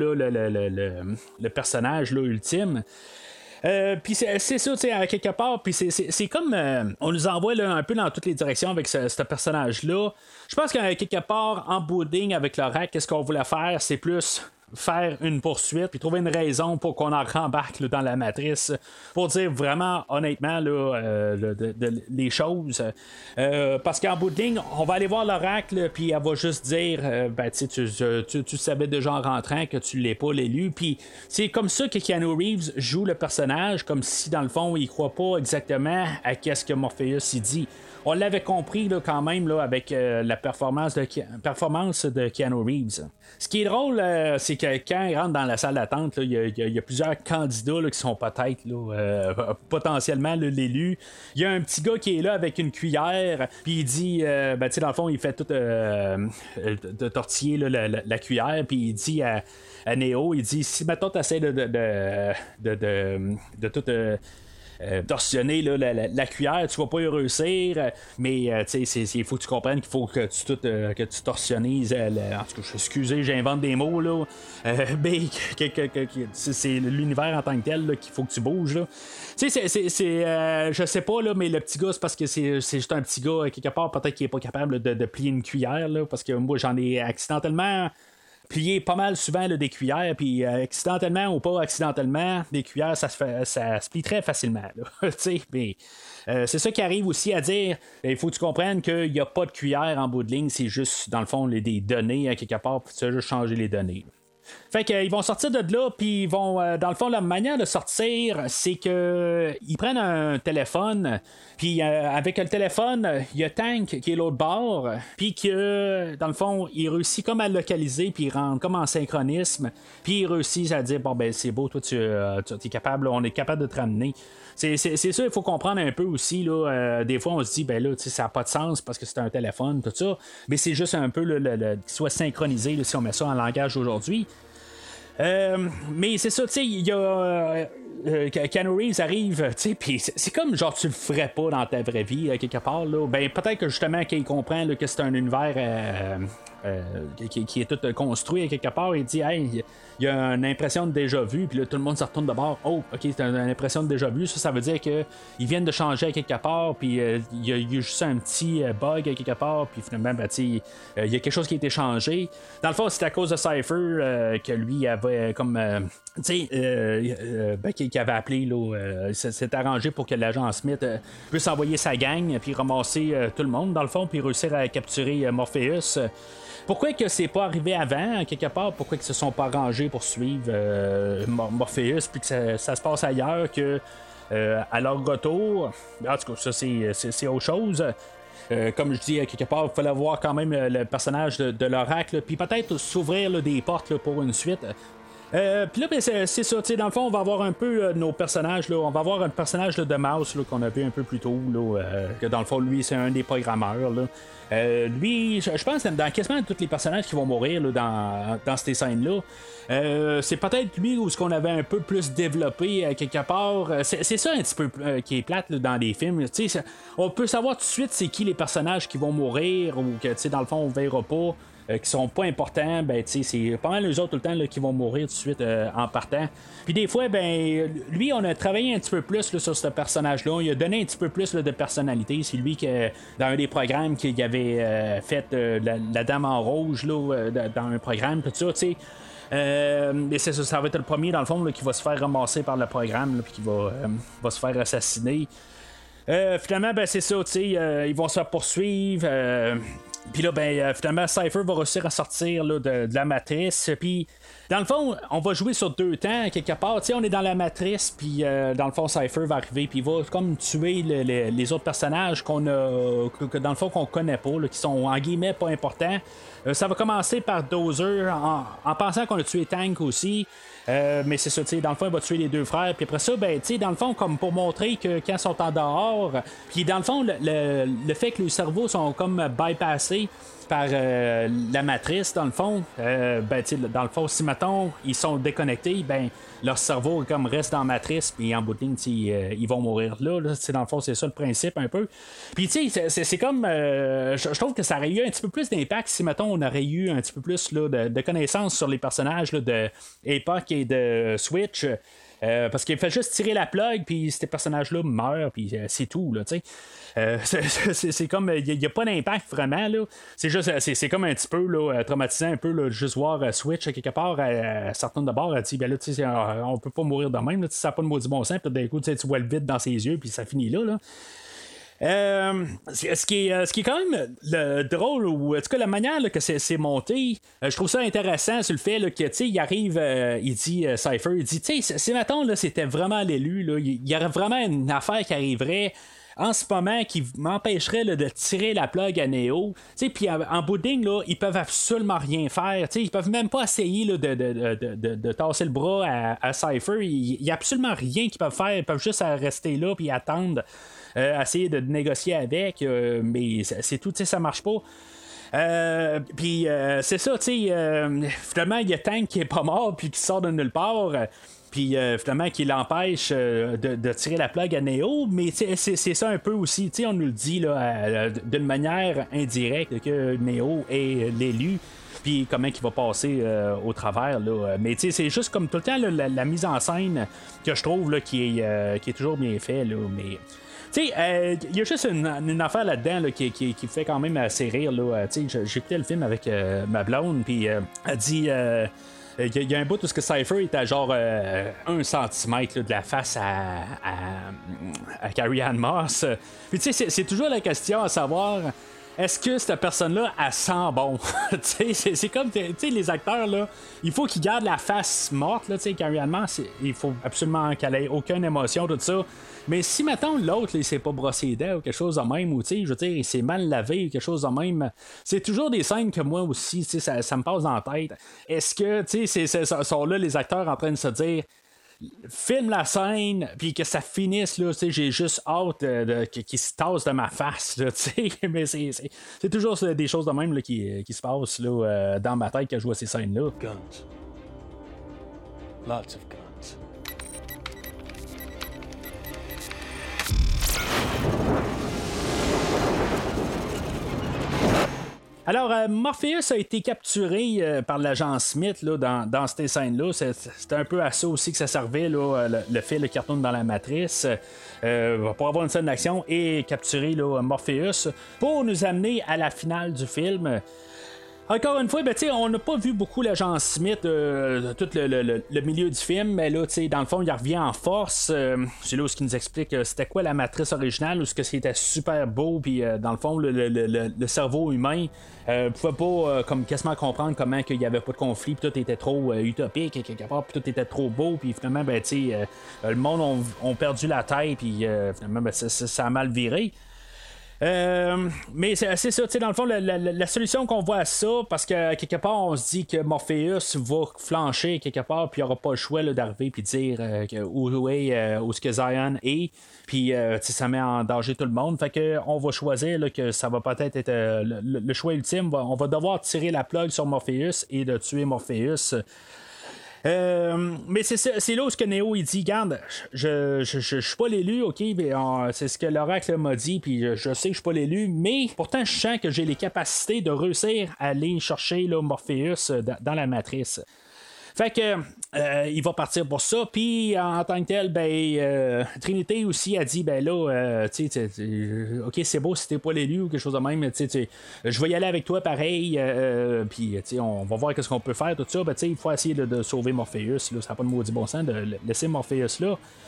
le personnage là, ultime. Puis c'est ça, à quelque part. Puis c'est comme on nous envoie là, un peu dans toutes les directions avec ce personnage-là. Je pense qu'à quelque part, en bout de ligne avec l'oracle, qu'est-ce qu'on voulait faire, c'est plus faire une poursuite puis trouver une raison pour qu'on en rembarque là, dans la matrice pour dire vraiment honnêtement là, les choses parce qu'en bout de ligne on va aller voir l'oracle puis elle va juste dire tu savais déjà en rentrant que tu l'es pas l'élu, puis c'est comme ça que Keanu Reeves joue le personnage, comme si dans le fond il croit pas exactement à qu'est-ce que Morpheus il dit. On l'avait compris là, quand même là, avec la performance de Keanu Reeves. Ce qui est drôle, c'est que quand il rentre dans la salle d'attente, il y a plusieurs candidats là, qui sont peut-être là, potentiellement là, l'élu. Il y a un petit gars qui est là avec une cuillère, puis il dit, dans le fond, il fait tout de tortiller là, la cuillère, puis il dit à Neo, il dit, si maintenant tu essaies de tout... torsionner là, la cuillère, tu vas pas y réussir, mais il faut que tu comprennes qu'il faut que tu torsionnises en tout cas, excusez, j'invente des mots là, mais c'est l'univers en tant que tel là, qu'il faut que tu bouges là. Je sais pas là, mais le petit gars, c'est parce que c'est juste un petit gars quelque part, peut-être qu'il est pas capable de plier une cuillère là, parce que moi j'en ai accidentellement plier pas mal souvent là, des cuillères, puis accidentellement ou pas accidentellement, des cuillères, ça se plie très facilement. Mais c'est ça qui arrive aussi à dire, il faut que tu comprennes qu'il n'y a pas de cuillère en bout de ligne, c'est juste, dans le fond, des données à quelque part, puis tu vas juste changer les données. Fait qu'ils vont sortir de là, puis ils vont, dans le fond, la manière de sortir, c'est que ils prennent un téléphone, puis avec le téléphone, il y a Tank qui est l'autre bord, puis que, dans le fond, il réussit comme à le localiser, puis il rentre comme en synchronisme, puis il réussit à dire, bon, ben c'est beau, toi, tu es capable, on est capable de te ramener. C'est ça, il faut comprendre un peu aussi. Là, des fois, on se dit, ben là, ça n'a pas de sens parce que c'est un téléphone, tout ça. Mais c'est juste un peu qu'il soit synchronisé là, si on met ça en langage d'aujourd'hui. Mais c'est ça, tu sais, il y a. Keanu Reeves arrive, tu sais, puis c'est comme genre tu le ferais pas dans ta vraie vie, quelque part, là. Ben peut-être que justement qu'il comprend là, que c'est un univers qui est tout construit quelque part, il dit, hey, il y a une impression de déjà-vu, puis là tout le monde se retourne de bord, oh, ok, c'est une impression de déjà-vu, ça veut dire qu'ils viennent de changer à quelque part, puis il y a juste un petit bug à quelque part, puis finalement, ben, il y a quelque chose qui a été changé. Dans le fond, c'est à cause de Cypher que lui avait comme. Tu sais, qui avait appelé, là, s'est arrangé pour que l'agent Smith puisse envoyer sa gang, puis ramasser tout le monde, dans le fond, puis réussir à capturer Morpheus. Pourquoi que c'est pas arrivé avant, quelque part? Pourquoi qu'ils se sont pas arrangés pour suivre Morpheus, puis que ça se passe ailleurs que à leur retour? En tout cas, ça, c'est autre chose. Comme je dis, quelque part, il fallait voir quand même le personnage de l'oracle, puis peut-être s'ouvrir là, des portes là, pour une suite. Puis là, ben, c'est ça, dans le fond, on va avoir un peu nos personnages. Là, on va avoir un personnage là, de Mouse là, qu'on a vu un peu plus tôt. Là, que dans le fond, lui, c'est un des programmeurs. Là. Lui, je pense dans quasiment tous les personnages qui vont mourir là, dans ces scènes-là. C'est peut-être lui où ce qu'on avait un peu plus développé quelque part. C'est ça un petit peu qui est plate là, dans les films. On peut savoir tout de suite c'est qui les personnages qui vont mourir ou que dans le fond on verra pas. Qui sont pas importants, ben c'est pas mal les autres tout le temps là, qui vont mourir tout de suite en partant. Puis des fois, ben lui, on a travaillé un petit peu plus là, sur ce personnage-là. Il a donné un petit peu plus là, de personnalité. C'est lui qui, dans un des programmes qu'il avait fait la Dame en rouge là, dans un programme, tout ça, tu sais. Mais c'est ça va être le premier dans le fond là, qui va se faire ramasser par le programme puis qui va se faire assassiner. Finalement, ben c'est ça, tu sais, ils vont se faire poursuivre. Puis là, ben, finalement, Cypher va réussir à sortir là, de la matrice. Puis, dans le fond, on va jouer sur 2 temps, quelque part. Tu sais, on est dans la matrice, puis dans le fond, Cypher va arriver, puis il va comme tuer les autres personnages que dans le fond, qu'on connaît pas, là, qui sont, en guillemets, pas importants. Ça va commencer par Dozer, en pensant qu'on a tué Tank aussi. Mais c'est ça, dans le fond, il va tuer les deux frères. Puis après ça, ben, dans le fond, comme pour montrer que quand ils sont en dehors, puis dans le fond, le fait que les cerveaux sont comme bypassés par la matrice, dans le fond, ben, dans le fond, si mettons, ils sont déconnectés, ben, leur cerveau comme reste dans la matrice, puis en bout de ligne, ils vont mourir là. Dans le fond, c'est ça le principe un peu. Puis tu sais, c'est comme, je trouve que ça aurait eu un petit peu plus d'impact si mettons on aurait eu un petit peu plus là, de connaissances sur les personnages là, de Epoch et de Switch. Parce qu'il fait juste tirer la plug, puis ces personnages-là meurent, puis c'est tout, là, tu sais. C'est comme, il n'y a pas d'impact vraiment, là. C'est juste, c'est comme un petit peu, là, traumatisant, un peu, là, juste voir Switch, quelque part, certains de bord, elle dit, ben là, tu sais, on peut pas mourir de même, là, ça n'a pas de maudit bon sens, puis d'un coup, tu vois le vide dans ses yeux, puis ça finit là. Ce qui est quand même drôle, ou en tout cas la manière là, que c'est monté, je trouve ça intéressant sur le fait là, que il arrive, il dit Cypher, il dit si mettons là, c'était vraiment l'élu, là, il y aurait vraiment une affaire qui arriverait en ce moment qui m'empêcherait là, de tirer la plug à Neo. Puis en bout de ligne, là, ils peuvent absolument rien faire. Ils peuvent même pas essayer là, de tasser le bras à Cypher. Il n'y a absolument rien qu'ils peuvent faire. Ils peuvent juste rester là puis attendre. Essayer de négocier avec, mais c'est tout, ça marche pas. Puis c'est ça, finalement, il y a Tank qui est pas mort, puis qui sort de nulle part. Puis finalement, qui l'empêche de tirer la plug à Neo, mais c'est ça un peu aussi. On nous le dit là, d'une manière indirecte que Neo est l'élu. Puis comment il va passer au travers. Là. Mais c'est juste comme tout le temps là, la mise en scène que je trouve là, qui est toujours bien fait. Là, mais. Il y a juste une affaire là-dedans là, qui fait quand même assez rire. J'écoutais le film avec ma blonde, puis elle dit. Il y a un bout où ce que Cypher est à genre 1 centimètre là, de la face à Carrie-Anne Moss. Puis tu sais, c'est toujours la question à savoir. Est-ce que cette personne-là, elle sent bon? C'est comme, les acteurs, là, il faut qu'ils gardent la face morte, là, Carrie-Anne Moss, il faut absolument qu'elle ait aucune émotion, tout ça. Mais si, mettons, l'autre, il s'est pas brossé les dents ou quelque chose de même, ou, je veux dire, il s'est mal lavé ou quelque chose de même, c'est toujours des scènes que moi aussi, ça me passe dans la tête. Est-ce que, sont là les acteurs en train de se dire, filme la scène, puis que ça finisse, là, j'ai juste hâte qu'il se tasse de ma face, là, mais c'est toujours des choses de même là, qui se passent là, dans ma tête quand je vois ces scènes-là. Guns. Lots of guns. Alors, Morpheus a été capturé par l'agent Smith là, dans ces scènes-là. C'était un peu à ça aussi que ça servait, là, le fait le cartoon dans la matrice, pour avoir une scène d'action et capturer là, Morpheus pour nous amener à la finale du film. Encore une fois, ben, on n'a pas vu beaucoup l'agent Smith tout le milieu du film, mais là, dans le fond, il revient en force. C'est là où il nous explique c'était quoi la matrice originale, où c'était super beau, puis dans le fond, le cerveau humain pouvait pas comme quasiment comprendre comment il n'y avait pas de conflit, puis tout était trop utopique, quelque part, puis tout était trop beau, puis finalement, ben, le monde ont perdu la tête, puis finalement, ben, ça a mal viré. Mais c'est ça, dans le fond, la solution qu'on voit à ça, parce que quelque part, on se dit que Morpheus va flancher quelque part, puis il n'y aura pas le choix là, d'arriver puis de dire où est ce que Zion est, puis ça met en danger tout le monde. Fait que on va choisir là, que ça va peut-être être le choix ultime. On va devoir tirer la plug sur Morpheus et de tuer Morpheus. Mais c'est là où ce que Neo il dit, garde, je suis pas l'élu, ok, mais c'est ce que l'oracle m'a dit, puis je sais que je suis pas l'élu, mais pourtant je sens que j'ai les capacités de réussir à aller chercher là, Morpheus dans la matrice. Fait que il va partir pour ça, puis en tant que tel, ben Trinité aussi a dit, ben là, ok, c'est beau si t'es pas l'élu ou quelque chose de même, je vais y aller avec toi pareil, puis on va voir qu'est-ce qu'on peut faire, tout ça, ben il faut essayer de sauver Morpheus, là, ça n'a pas de maudit bon sens de laisser Morpheus là.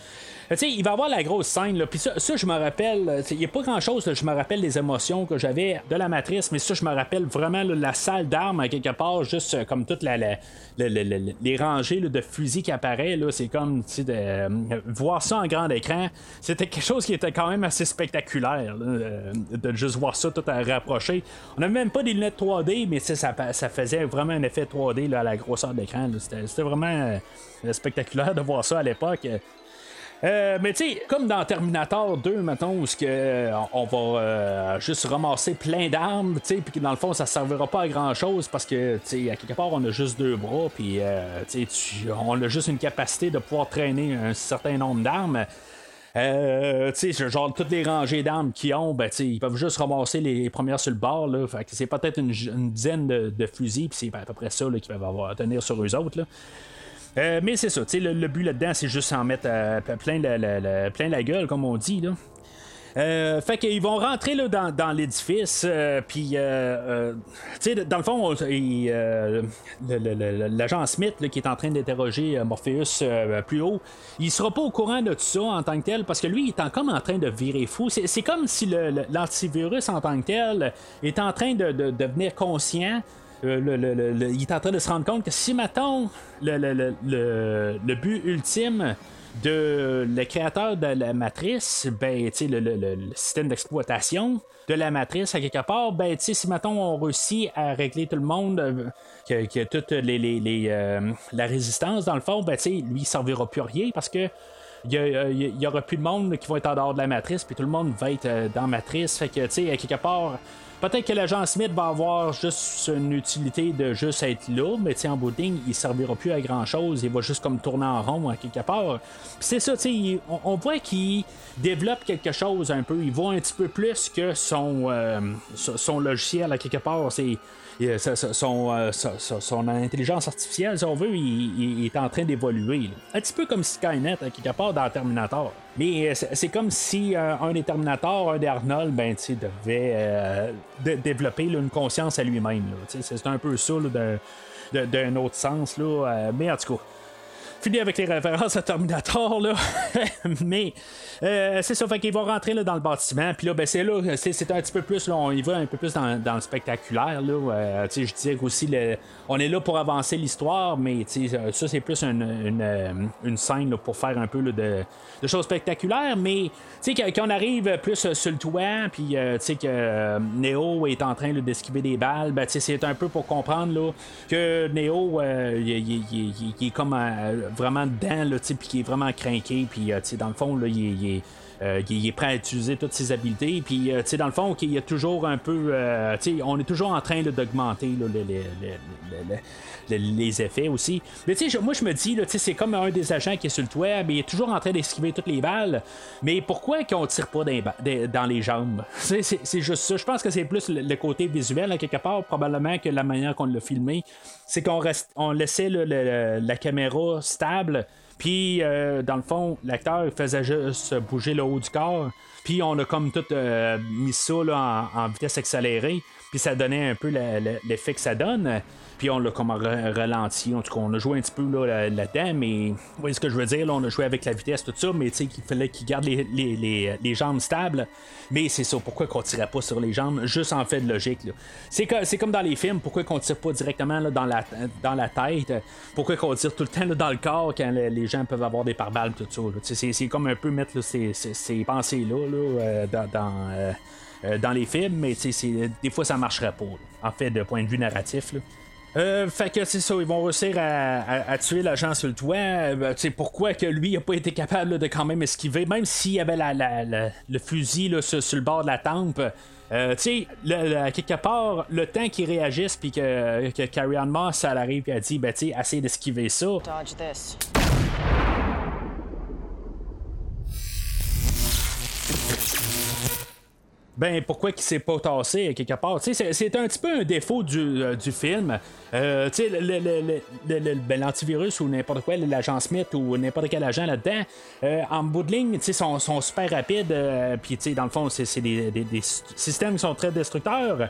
il va y avoir la grosse scène, puis ça, je me rappelle, il n'y a pas grand-chose, je me rappelle les émotions que j'avais de la matrice, mais ça, je me rappelle vraiment la salle d'armes, à quelque part, juste comme toutes les rangées de fusils qui apparaissent, c'est comme, voir ça en grand écran, c'était quelque chose qui était quand même assez spectaculaire, de juste voir ça tout à rapprocher. On n'avait même pas des lunettes 3D, mais ça faisait vraiment un effet 3D là, à la grosseur d'écran. C'était vraiment spectaculaire de voir ça à l'époque. Mais tu sais, comme dans Terminator 2, mettons, où on va juste ramasser plein d'armes, tu sais, puis dans le fond, ça servira pas à grand chose parce que, tu sais, à quelque part, on a juste 2 bras, puis on a juste une capacité de pouvoir traîner un certain nombre d'armes. Genre toutes les rangées d'armes qu'ils ont, ils peuvent juste ramasser les premières sur le bord, là. Fait que c'est peut-être une dizaine de fusils, puis c'est à peu près ça là, qu'ils peuvent tenir sur eux autres, là. Mais c'est ça, le but là-dedans, c'est juste s'en mettre plein la gueule, comme on dit, là. Fait qu'ils vont rentrer là, dans l'édifice, puis dans le fond, l'agent Smith là, qui est en train d'interroger Morpheus plus haut, il sera pas au courant de tout ça en tant que tel, parce que lui, il est comme en train de virer fou. C'est comme si l'antivirus en tant que tel est en train de devenir conscient. Il est en train de se rendre compte que si, mettons, le but ultime de le créateur de la matrice, le système d'exploitation de la matrice à quelque part, si mettons on réussit à régler tout le monde, que toute la résistance dans le fond, lui il servira plus à rien parce que il y aura plus de monde qui va être en dehors de la matrice, puis tout le monde va être dans la matrice. Fait que, tu sais, à quelque part, peut-être que l'agent Smith va avoir juste une utilité de juste être là, mais en bout de ligne, il servira plus à grand chose. Il va juste comme tourner en rond à quelque part. Puis c'est ça, tu sais, on voit qu'il développe quelque chose un peu. Il va un petit peu plus que son logiciel à quelque part. C'est son intelligence artificielle, si on veut, il est en train d'évoluer. Là. Un petit peu comme Skynet, à quelque part, dans Terminator. Mais c'est comme si un des Terminator, un des Arnold, devait développer là, une conscience à lui-même. C'est un peu ça là, d'un autre sens. Là, mais en tout cas, fini avec les références à Terminator, là. Mais c'est ça, fait qu'ils vont rentrer là, dans le bâtiment. Puis là, c'est là, c'est un petit peu plus, là, on y va un peu plus dans le spectaculaire. Là. Je disais aussi, on est là pour avancer l'histoire, mais ça, c'est plus une scène là, pour faire un peu là, de choses spectaculaires. Mais quand on arrive plus sur le toit, puis que Neo est en train là, d'esquiver des balles, c'est un peu pour comprendre là, que Neo, il est comme vraiment dedans, puis qui est vraiment craqué, puis dans le fond, là, il est prêt à utiliser toutes ses habiletés, puis dans le fond, il y a toujours un peu, on est toujours en train là, d'augmenter là, les effets aussi. Mais moi je me dis, là, c'est comme un des agents qui est sur le toit, mais il est toujours en train d'esquiver toutes les balles. Mais pourquoi qu'on tire pas dans les jambes? C'est juste ça. Je pense que c'est plus le côté visuel, à quelque part, probablement que la manière qu'on l'a filmé. C'est qu'on laissait la caméra stable. Puis, dans le fond, l'acteur faisait juste bouger le haut du corps. Puis, on a comme tout mis ça là, en vitesse accélérée. Puis, ça donnait un peu l'effet que ça donne. Puis, on l'a comme ralenti. En tout cas, on a joué un petit peu là-dedans. Mais, vous voyez ce que je veux dire? Là, on a joué avec la vitesse, tout ça. Mais, tu sais, qu'il fallait qu'il garde les jambes stables. Mais c'est ça. Pourquoi qu'on tirait pas sur les jambes? Juste en fait de logique. Là. C'est comme dans les films. Pourquoi qu'on tire pas directement là, dans la tête? Pourquoi qu'on tire tout le temps là, dans le corps quand les gens peuvent avoir des pare-balles, tout ça? C'est comme un peu mettre là, ces pensées-là dans les films, mais des fois ça marcherait pas, là, en fait, de point de vue narratif. Là. Fait que c'est ça, ils vont réussir à tuer l'agent sur le toit. Pourquoi que lui il a pas été capable là, de quand même esquiver, même s'il y avait le fusil là, sur le bord de la tempe. Quelque part, le temps qu'il réagisse puis que Carrie-Anne Moss elle arrive et elle dit essaye d'esquiver ça. Dodge this. Pourquoi qu'il s'est pas tassé quelque part? C'est un petit peu un défaut du film. L'antivirus ou n'importe quoi, l'agent Smith ou n'importe quel agent là-dedans, en bout de ligne, sont super rapides. Puis dans le fond, c'est des systèmes qui sont très destructeurs.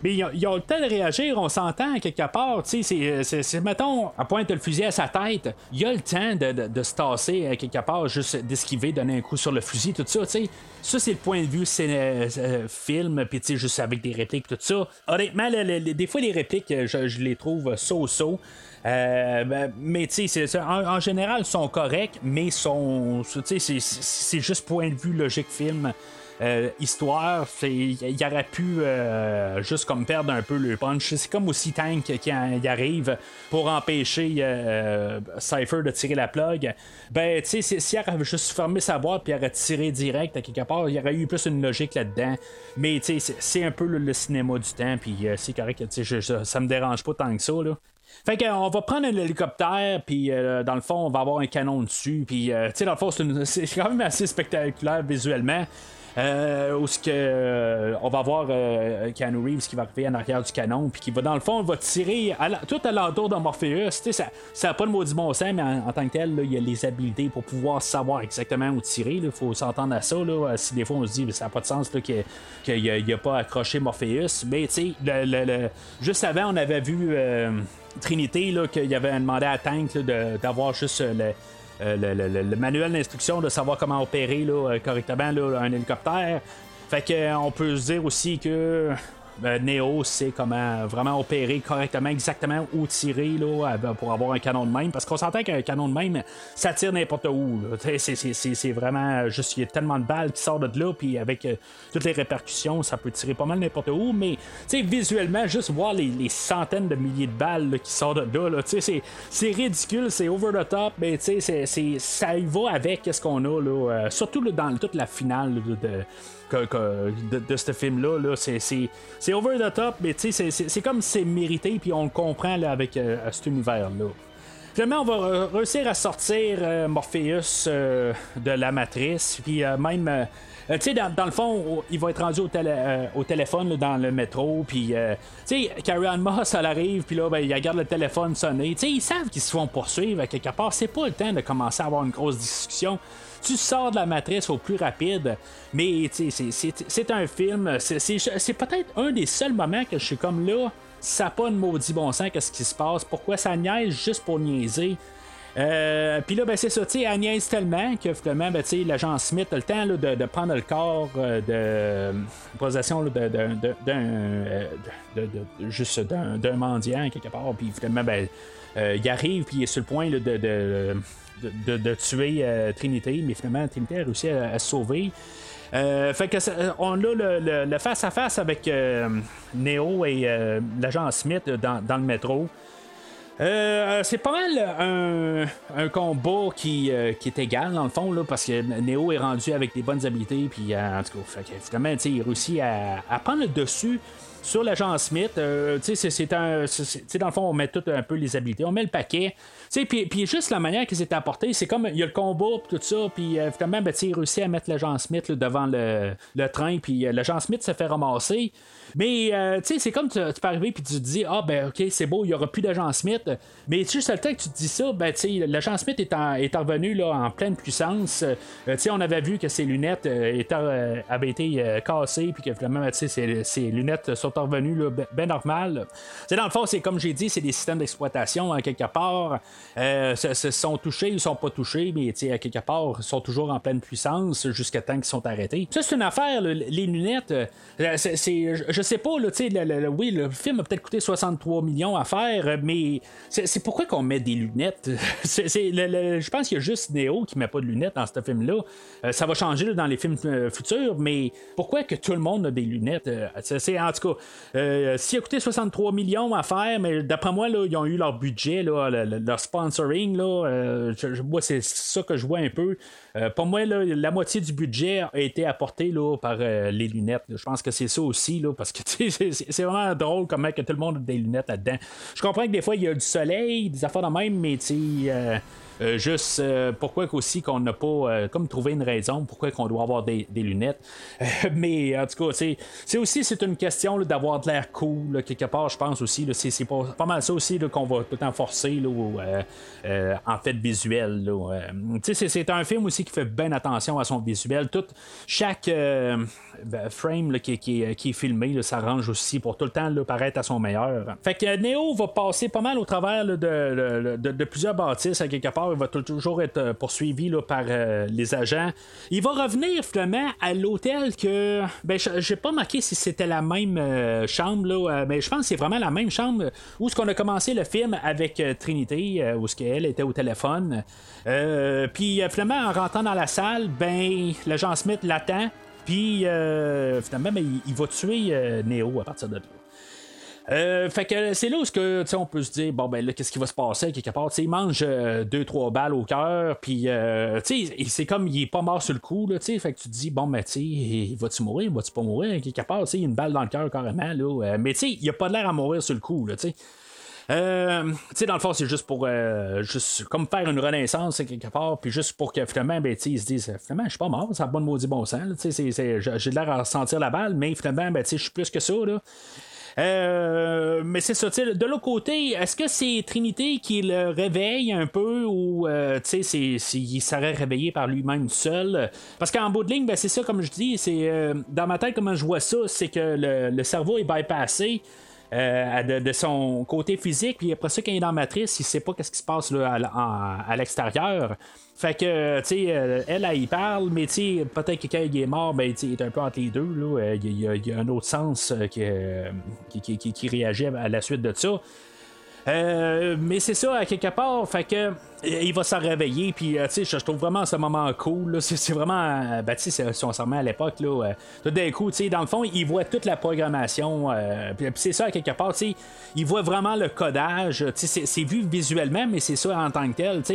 mais ils ont le temps de réagir, on s'entend quelque part. C'est, mettons, à pointe le fusil à sa tête, il y a le temps de se tasser quelque part, juste d'esquiver, donner un coup sur le fusil, tout ça. T'sais. Ça, c'est le point de vue film, puis juste avec des répliques, tout ça. Honnêtement, des fois, les répliques, je les trouve so-so. Mais tu sais, en général, ils sont corrects, mais c'est juste point de vue logique film. Histoire, il aurait pu juste comme perdre un peu le punch. C'est comme aussi Tank qui arrive pour empêcher Cypher de tirer la plug. Ben, tu sais, s'il aurait juste fermé sa boîte puis aurait tiré direct à quelque part, il y aurait eu plus une logique là-dedans. Mais tu sais, c'est un peu le cinéma du temps, puis c'est correct, ça me dérange pas tant que ça, là. Fait qu'on va prendre un hélicoptère, puis dans le fond, on va avoir un canon dessus, puis tu sais, dans le fond, c'est quand même assez spectaculaire visuellement. Où ce que on va voir Keanu Reeves qui va arriver en arrière du canon, puis qui va dans le fond, va tirer tout à l'entour de Morpheus. Ça n'a pas de maudit bon sens, mais en tant que tel, là, il y a les habiletés pour pouvoir savoir exactement où tirer. Il faut s'entendre à ça. Là. Si des fois on se dit ça n'a pas de sens qu'il n'a pas accroché Morpheus, mais tu sais, juste avant, on avait vu Trinité là, qu'il avait demandé à Tank là, d'avoir juste le manuel d'instruction de savoir comment opérer là, correctement là, un hélicoptère. Fait que on peut se dire aussi que Neo sait comment vraiment opérer correctement, exactement où tirer là, pour avoir un canon de même. Parce qu'on s'entend qu'un canon de même, ça tire n'importe où. C'est vraiment juste, il y a tellement de balles qui sortent de là, puis avec toutes les répercussions, ça peut tirer pas mal n'importe où. Mais visuellement, juste voir les centaines de milliers de balles là, qui sortent de là, c'est ridicule, c'est over the top, mais ça y va avec ce qu'on a là, surtout là, dans toute la finale de ce film-là. Là, c'est over the top, mais c'est comme c'est mérité, puis on le comprend là, avec cet univers-là. Finalement, on va réussir à sortir Morpheus de la matrice, puis même... tu sais, dans le fond, il va être rendu au téléphone là, dans le métro, puis tu sais, Carrie-Anne Moss, elle arrive, puis là, ben, il regarde le téléphone sonner. Tu sais, ils savent qu'ils se font poursuivre à quelque part. C'est pas le temps de commencer à avoir une grosse discussion. Tu sors de la matrice au plus rapide, mais c'est un film. C'est peut-être un des seuls moments que je suis comme là. Ça n'a pas de maudit bon sens, qu'est-ce qui se passe? Pourquoi ça niaise juste pour niaiser? Puis là, ben, c'est ça, tu sais, elle niaise tellement que finalement, ben, tu sais, l'agent Smith a le temps là, de prendre le corps de possession juste d'un mendiant quelque part, puis finalement, ben, il arrive, puis il est sur le point là, de tuer Trinité, mais finalement, Trinité a réussi à se sauver. Fait que on a le face-à-face avec Neo et l'agent Smith dans le métro. C'est pas mal un combat qui est égal dans le fond là, parce que Neo est rendu avec des bonnes habiletés, puis en tout cas, fait que, finalement, il réussit à prendre le dessus sur l'agent Smith. C'est dans le fond, on met tout un peu les habiletés, on met le paquet. Puis juste la manière qu'ils étaient apportés, c'est comme il y a le combat pis tout ça, puis finalement, ben, il réussit à mettre l'agent Smith là, devant le train, puis l'agent Smith se fait ramasser. Mais c'est comme tu peux arriver puis tu te dis ben ok, c'est beau, il n'y aura plus d'agent Smith. Mais juste le temps que tu te dis ça, ben l'agent Smith est revenu là, en pleine puissance. On avait vu que ses lunettes avaient été cassées, puis que finalement ses lunettes sont revenues bien normales. Dans le fond, c'est comme j'ai dit, c'est des systèmes d'exploitation à quelque part. Se sont touchés, ils sont pas touchés, mais à quelque part, ils sont toujours en pleine puissance jusqu'à temps qu'ils sont arrêtés. Ça, c'est une affaire, les lunettes. Je sais pas, oui, le film a peut-être coûté 63 millions à faire, mais c'est pourquoi qu'on met des lunettes. Je pense qu'il y a juste Neo qui met pas de lunettes dans ce film-là. Ça va changer dans les films futurs, mais pourquoi que tout le monde a des lunettes? En tout cas, s'il a coûté 63 millions à faire, mais d'après moi, là, ils ont eu leur budget, là, leur sponsoring, là, moi, c'est ça que je vois un peu. Pour moi, là, la moitié du budget a été apporté là, par les lunettes. Je pense que c'est ça aussi, là, parce que c'est vraiment drôle comment que tout le monde a des lunettes là-dedans. Je comprends que des fois, il y a du soleil, des affaires de même, mais Juste pourquoi aussi qu'on n'a pas comme trouvé une raison pourquoi qu'on doit avoir des lunettes. Mais en tout cas, c'est une question là, d'avoir de l'air cool là, quelque part, je pense aussi. Là, c'est pas mal ça aussi là, qu'on va tout le temps forcer là, en fait visuel. Là, c'est un film aussi qui fait bien attention à son visuel. Chaque frame là, qui est filmé là, s'arrange aussi pour tout le temps là, paraître à son meilleur. Fait que Neo va passer pas mal au travers là, de plusieurs bâtisses à quelque part. Il va toujours être poursuivi là, par les agents. Il va revenir finalement à l'hôtel que j'ai pas marqué si c'était la même chambre là, mais je pense que c'est vraiment la même chambre où ce qu'on a commencé le film avec Trinity, où ce qu'elle était au téléphone. Puis finalement en rentrant dans la salle, l'agent Smith l'attend. Puis finalement il va tuer Neo à partir de là. Fait que c'est là où on peut se dire bon ben là qu'est-ce qui va se passer quelque part. Il mange 2-3 balles au cœur puis c'est comme il est pas mort sur le coup là, fait que tu te dis bon ben va-tu mourir, va-tu pas mourir quelque part, il y a une balle dans le cœur carrément là, mais il a pas l'air à mourir sur le coup là, dans le fond, c'est juste pour juste comme faire une renaissance quelque part, puis juste pour que finalement, ils se disent finalement, je suis pas mort, ça n'a pas de maudit bon sens. J'ai l'air à ressentir la balle, mais finalement, je suis plus que ça. Là. Mais c'est ça, de l'autre côté, est-ce que c'est Trinité qui le réveille un peu ou il serait réveillé par lui-même seul? Parce qu'en bout de ligne, c'est ça, comme je dis, c'est dans ma tête, comment je vois ça, c'est que le cerveau est bypassé. De son côté physique, puis après ça, quand il est dans la matrice, il sait pas qu'est-ce qui se passe là, à l'extérieur. Fait que, elle y parle, mais peut-être que quand il est mort, il est un peu entre les deux. Là. Il y a un autre sens qui réagit à la suite de ça. Mais c'est ça, à quelque part, fait que il va se réveiller, puis je trouve vraiment ce moment cool. Là. C'est vraiment, c'est son serment à l'époque. Là, tout d'un coup, dans le fond, il voit toute la programmation. Puis c'est ça, à quelque part, il voit vraiment le codage. C'est vu visuellement, mais c'est ça en tant que tel.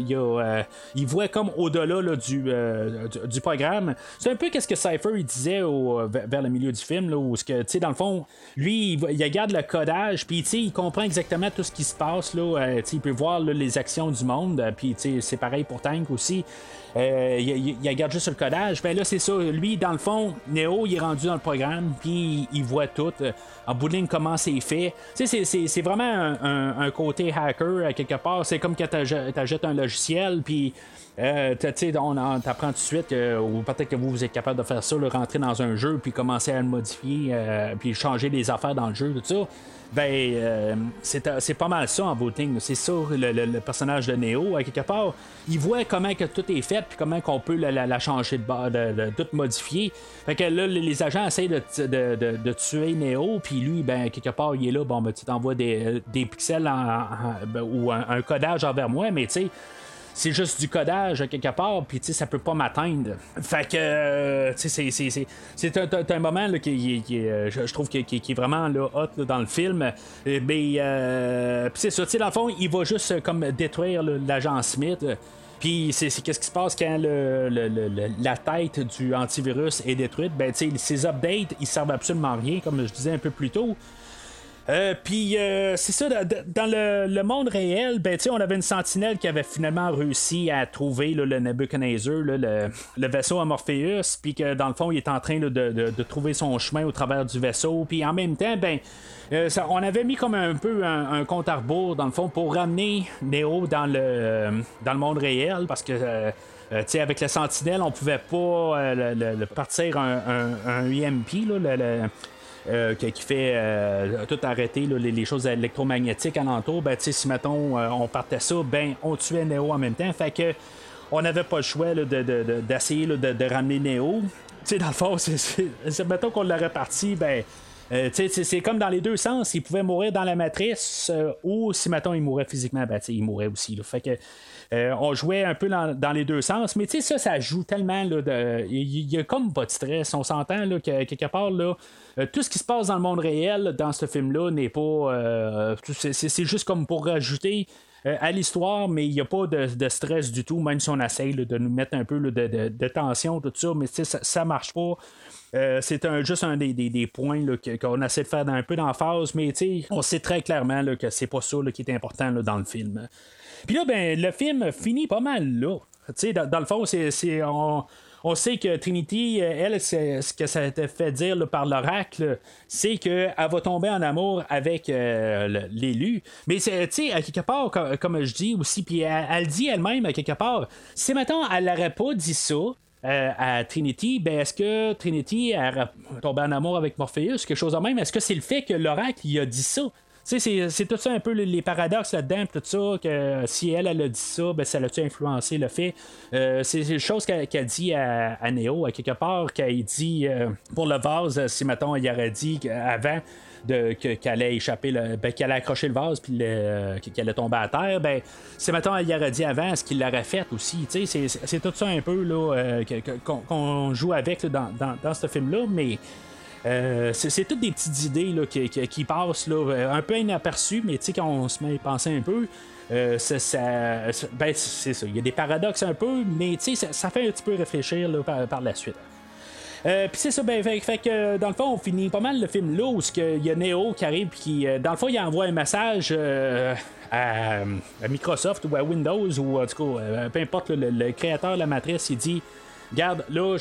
Il voit comme au-delà là, du programme. C'est un peu qu'est-ce que Cypher il disait vers le milieu du film, là, où dans le fond, lui, il regarde le codage, puis il comprend exactement tout ce qui se passe. Là, il peut voir là, les actions du monde. Puis c'est pareil pour Tank aussi. Il regarde juste le codage. Là, c'est ça. Lui, dans le fond, Neo, il est rendu dans le programme. Puis il voit tout. En bout de ligne, comment c'est fait. C'est vraiment un côté hacker, à quelque part. C'est comme quand t'achètes un logiciel. Puis. On t'apprend tout de suite ou peut-être que vous êtes capable de faire ça, là, rentrer dans un jeu puis commencer à le modifier puis changer les affaires dans le jeu, tout ça. C'est pas mal ça en voting. C'est ça le personnage de Neo, à quelque part. Il voit comment que tout est fait puis comment qu'on peut la changer de tout modifier. Fait que là, les agents essayent de tuer Neo, puis lui, quelque part, il est là, tu t'envoies des pixels ou un codage envers moi, mais tu sais. C'est juste du codage quelque part, puis ça peut pas m'atteindre. Fait que c'est un moment là, je trouve qui est vraiment là, hot là, dans le film. Mais c'est ça, dans le fond, il va juste comme détruire l'agent Smith. Puis c'est qu'est-ce qui se passe quand la tête du antivirus est détruite? Ces updates, ils servent absolument à rien, comme je disais un peu plus tôt. Puis c'est ça, dans le monde réel, on avait une sentinelle qui avait finalement réussi à trouver là, le Nebuchadnezzar, là, le vaisseau à Morpheus, puis que dans le fond, il est en train là, de trouver son chemin au travers du vaisseau, puis en même temps, on avait mis comme un peu un compte à rebours, dans le fond, pour ramener Neo dans le monde réel, parce que avec la sentinelle, on pouvait pas partir un EMP, là, qui fait tout arrêter là, les choses électromagnétiques alentour. Si mettons on partait ça, on tuait Neo en même temps. Fait que on n'avait pas le choix là, d'essayer là, de ramener Neo. Dans le fond, mettons qu'on l'aurait parti, c'est comme dans les deux sens. Il pouvait mourir dans la matrice ou si mettons il mourait physiquement, il mourait aussi. Là. Fait que on jouait un peu dans les deux sens, mais ça joue tellement là, il y a comme pas de stress. On s'entend là, que quelque part là, tout ce qui se passe dans le monde réel dans ce film-là n'est pas c'est juste comme pour rajouter à l'histoire, mais il n'y a pas de stress du tout, même si on essaye là, de nous mettre un peu là, de tension, tout ça, mais ça marche pas. C'est juste un des points là, qu'on essaie de faire un peu d'emphase, mais on sait très clairement là, que c'est pas ça là, qui est important là, dans le film. Puis là, ben, le film finit pas mal là. Dans le fond, on sait que Trinity, elle, ce que ça a été fait dire là, par l'oracle, c'est qu'elle va tomber en amour avec l'élu. Mais à quelque part, comme je dis aussi, puis elle dit elle-même à quelque part, si maintenant elle n'aurait pas dit ça, à Trinity, ben est-ce que Trinity a tombé en amour avec Morpheus, quelque chose de même? Est-ce que c'est le fait que l'oracle il a dit ça? C'est tout ça un peu les paradoxes là-dedans, tout ça, que si elle a dit ça, ben ça l'a-tu influencé le fait. C'est une chose qu'elle dit à Neo, à quelque part, qu'elle dit pour le vase, si mettons, il aurait dit avant qu'elle allait échapper, qu'elle allait accrocher le vase puis qu'elle allait tomber à terre, ben si mettons, elle aurait dit avant ce qu'il l'aurait fait aussi. C'est tout ça un peu là, qu'on joue avec là, dans ce film-là, mais. C'est toutes des petites idées là, qui passent là, un peu inaperçues, mais quand on se met à penser un peu, c'est ça. Il y a des paradoxes un peu, mais ça fait un petit peu réfléchir là, par la suite. Puis c'est ça, fait que dans le fond, on finit pas mal le film là où il y a Neo qui arrive qui, dans le fond, il envoie un message à Microsoft ou à Windows ou en tout cas, peu importe le créateur de la matrice, il dit. Regarde, là,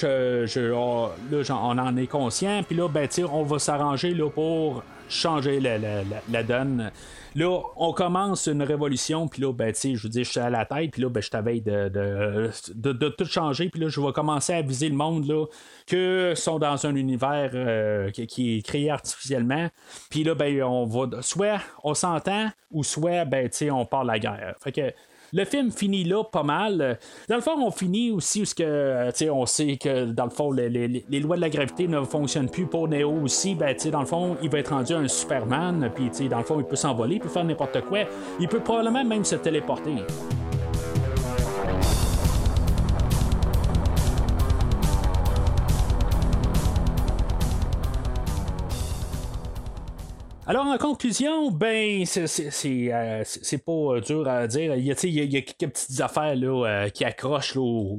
on en est conscient, puis là, on va s'arranger là, pour changer la donne. Là, on commence une révolution, puis là, je vous dis, je suis à la tête, puis là, je t'avais de tout changer, puis là, je vais commencer à viser le monde, là, que sont dans un univers qui est créé artificiellement, puis là, on va, soit on s'entend, ou soit, on part la guerre. Fait que, le film finit là pas mal. Dans le fond, on finit aussi parce que on sait que dans le fond, les lois de la gravité ne fonctionnent plus pour Neo aussi. Dans le fond, il va être rendu un Superman, puis dans le fond, il peut s'envoler, puis faire n'importe quoi. Il peut probablement même se téléporter. Alors, en conclusion, c'est pas dur à dire. Il y a quelques petites affaires là, qui accrochent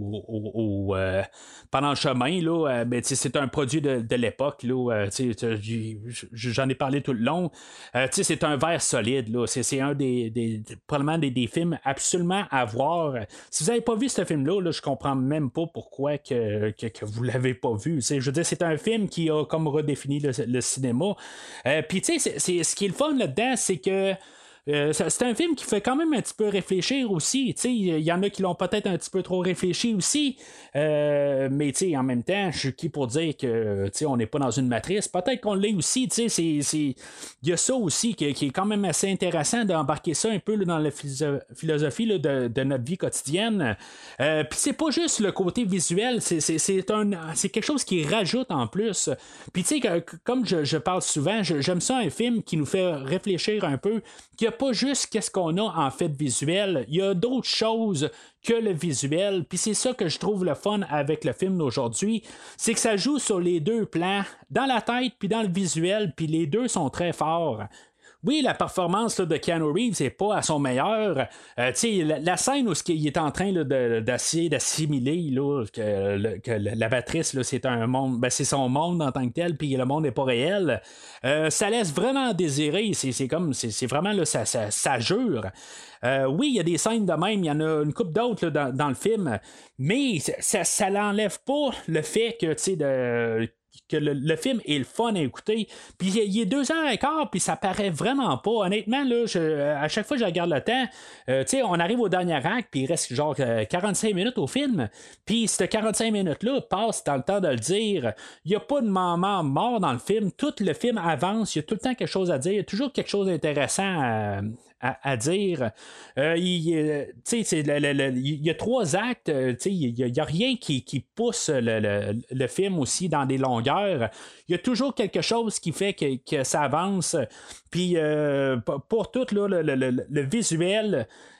là, pendant le chemin. Là, c'est un produit de l'époque. Là, j'en ai parlé tout le long. C'est un verre solide. Là, c'est un probablement des films absolument à voir. Si vous n'avez pas vu ce film-là, là, je comprends même pas pourquoi que vous l'avez pas vu. Je veux dire, c'est un film qui a comme redéfini le cinéma. Puis, ce qui est le fun là-dedans, c'est que c'est un film qui fait quand même un petit peu réfléchir aussi. Il y en a qui l'ont peut-être un petit peu trop réfléchi aussi. Mais en même temps, je suis qui pour dire que on n'est pas dans une matrice. Peut-être qu'on l'est aussi. Il y a ça aussi qui est quand même assez intéressant d'embarquer ça un peu là, dans la philosophie là, de notre vie quotidienne. Puis c'est pas juste le côté visuel, c'est quelque chose qui rajoute en plus. Puis comme je parle souvent, j'aime ça un film qui nous fait réfléchir un peu, qu'il n'y a pas juste qu'est-ce qu'on a en fait visuel, il y a d'autres choses que le visuel, puis c'est ça que je trouve le fun avec le film d'aujourd'hui, c'est que ça joue sur les deux plans, dans la tête puis dans le visuel, puis les deux sont très forts. Oui, la performance là, de Keanu Reeves n'est pas à son meilleur. La scène où il est en train là, d'essayer d'assimiler là, que la matrice, là, c'est un monde, c'est son monde en tant que tel, puis le monde n'est pas réel. Ça laisse vraiment désirer. C'est vraiment là, ça jure. Oui, il y a des scènes de même, il y en a une couple d'autres là, dans le film, mais ça n'enlève pas le fait que le film est le fun à écouter. Puis il est 2h15, puis ça paraît vraiment pas. Honnêtement, là, à chaque fois que je regarde le temps, on arrive au dernier acte, puis il reste genre 45 minutes au film. Puis ces 45 minutes-là passent dans le temps de le dire. Il n'y a pas de moment mort dans le film. Tout le film avance. Il y a tout le temps quelque chose à dire. Il y a toujours quelque chose d'intéressant à dire. Il y a 3 actes. Il n'y a rien qui pousse le film aussi dans des longueurs. Il y a toujours quelque chose qui fait que ça avance. Puis pour tout là, le visuel,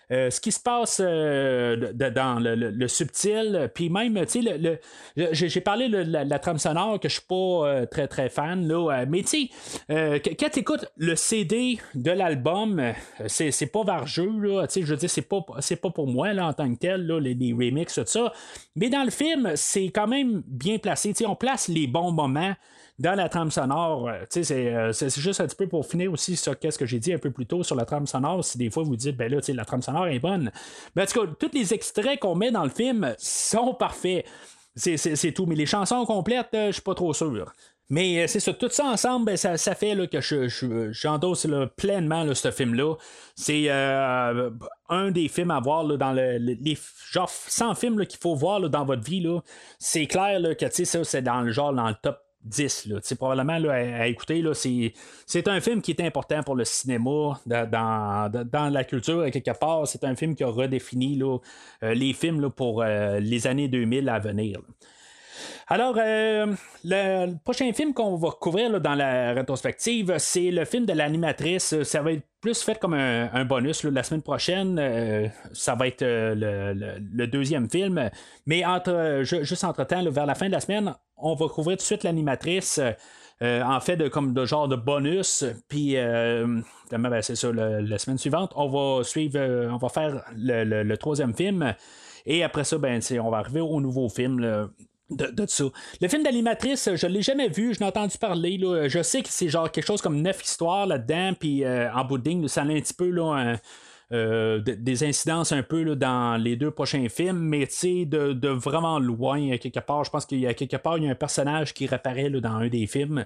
ce qui se passe dans le subtil, puis même, tu sais, j'ai parlé de la trame sonore que je suis pas très très fan, là, mais tu sais, quand tu écoutes le CD de l'album, c'est pas vargeux, là, tu sais, je veux dire, c'est pas pour moi, là, en tant que tel, là, les remixes, tout ça, mais dans le film, c'est quand même bien placé, tu sais, on place les bons moments dans la trame sonore. C'est juste un petit peu pour finir aussi sur qu'est-ce que j'ai dit un peu plus tôt sur la trame sonore. Si des fois vous dites, ben là, la trame sonore est bonne. Mais en tout cas, tous les extraits qu'on met dans le film sont parfaits. C'est tout. Mais les chansons complètes, je suis pas trop sûr. Mais c'est ça, tout ça ensemble, ben, ça fait là, que j'endosse pleinement là, ce film-là. C'est un des films à voir là, dans les genre 100 films là, qu'il faut voir là, dans votre vie. Là. C'est clair là, que ça, c'est dans le top 10. Là. Probablement là, à écouter, là, c'est un film qui est important pour le cinéma, dans la culture, quelque part. C'est un film qui a redéfini là, les films là, pour les années 2000 à venir. Là. Alors, le prochain film qu'on va couvrir là, dans la rétrospective, c'est le film de l'animatrice. Ça va être plus fait comme un bonus là, la semaine prochaine. Ça va être le deuxième film. Mais juste entre-temps, là, vers la fin de la semaine, on va couvrir tout de suite l'animatrice. En fait, comme de genre de bonus. Puis, ben, c'est ça, la semaine suivante, on va suivre, on va faire le troisième film. Et après ça, ben, on va arriver au nouveau film. Là, de ça. Le film d'animatrice, je l'ai jamais vu, je l'ai entendu parler. Là. Je sais que c'est genre quelque chose comme 9 histoires là-dedans, puis en bout de ligne, ça a un petit peu là, des incidences un peu là, dans les 2 prochains films, mais tu sais, de vraiment loin, quelque part. Je pense qu'il y a quelque part, il y a un personnage qui réapparaît là, dans un des films.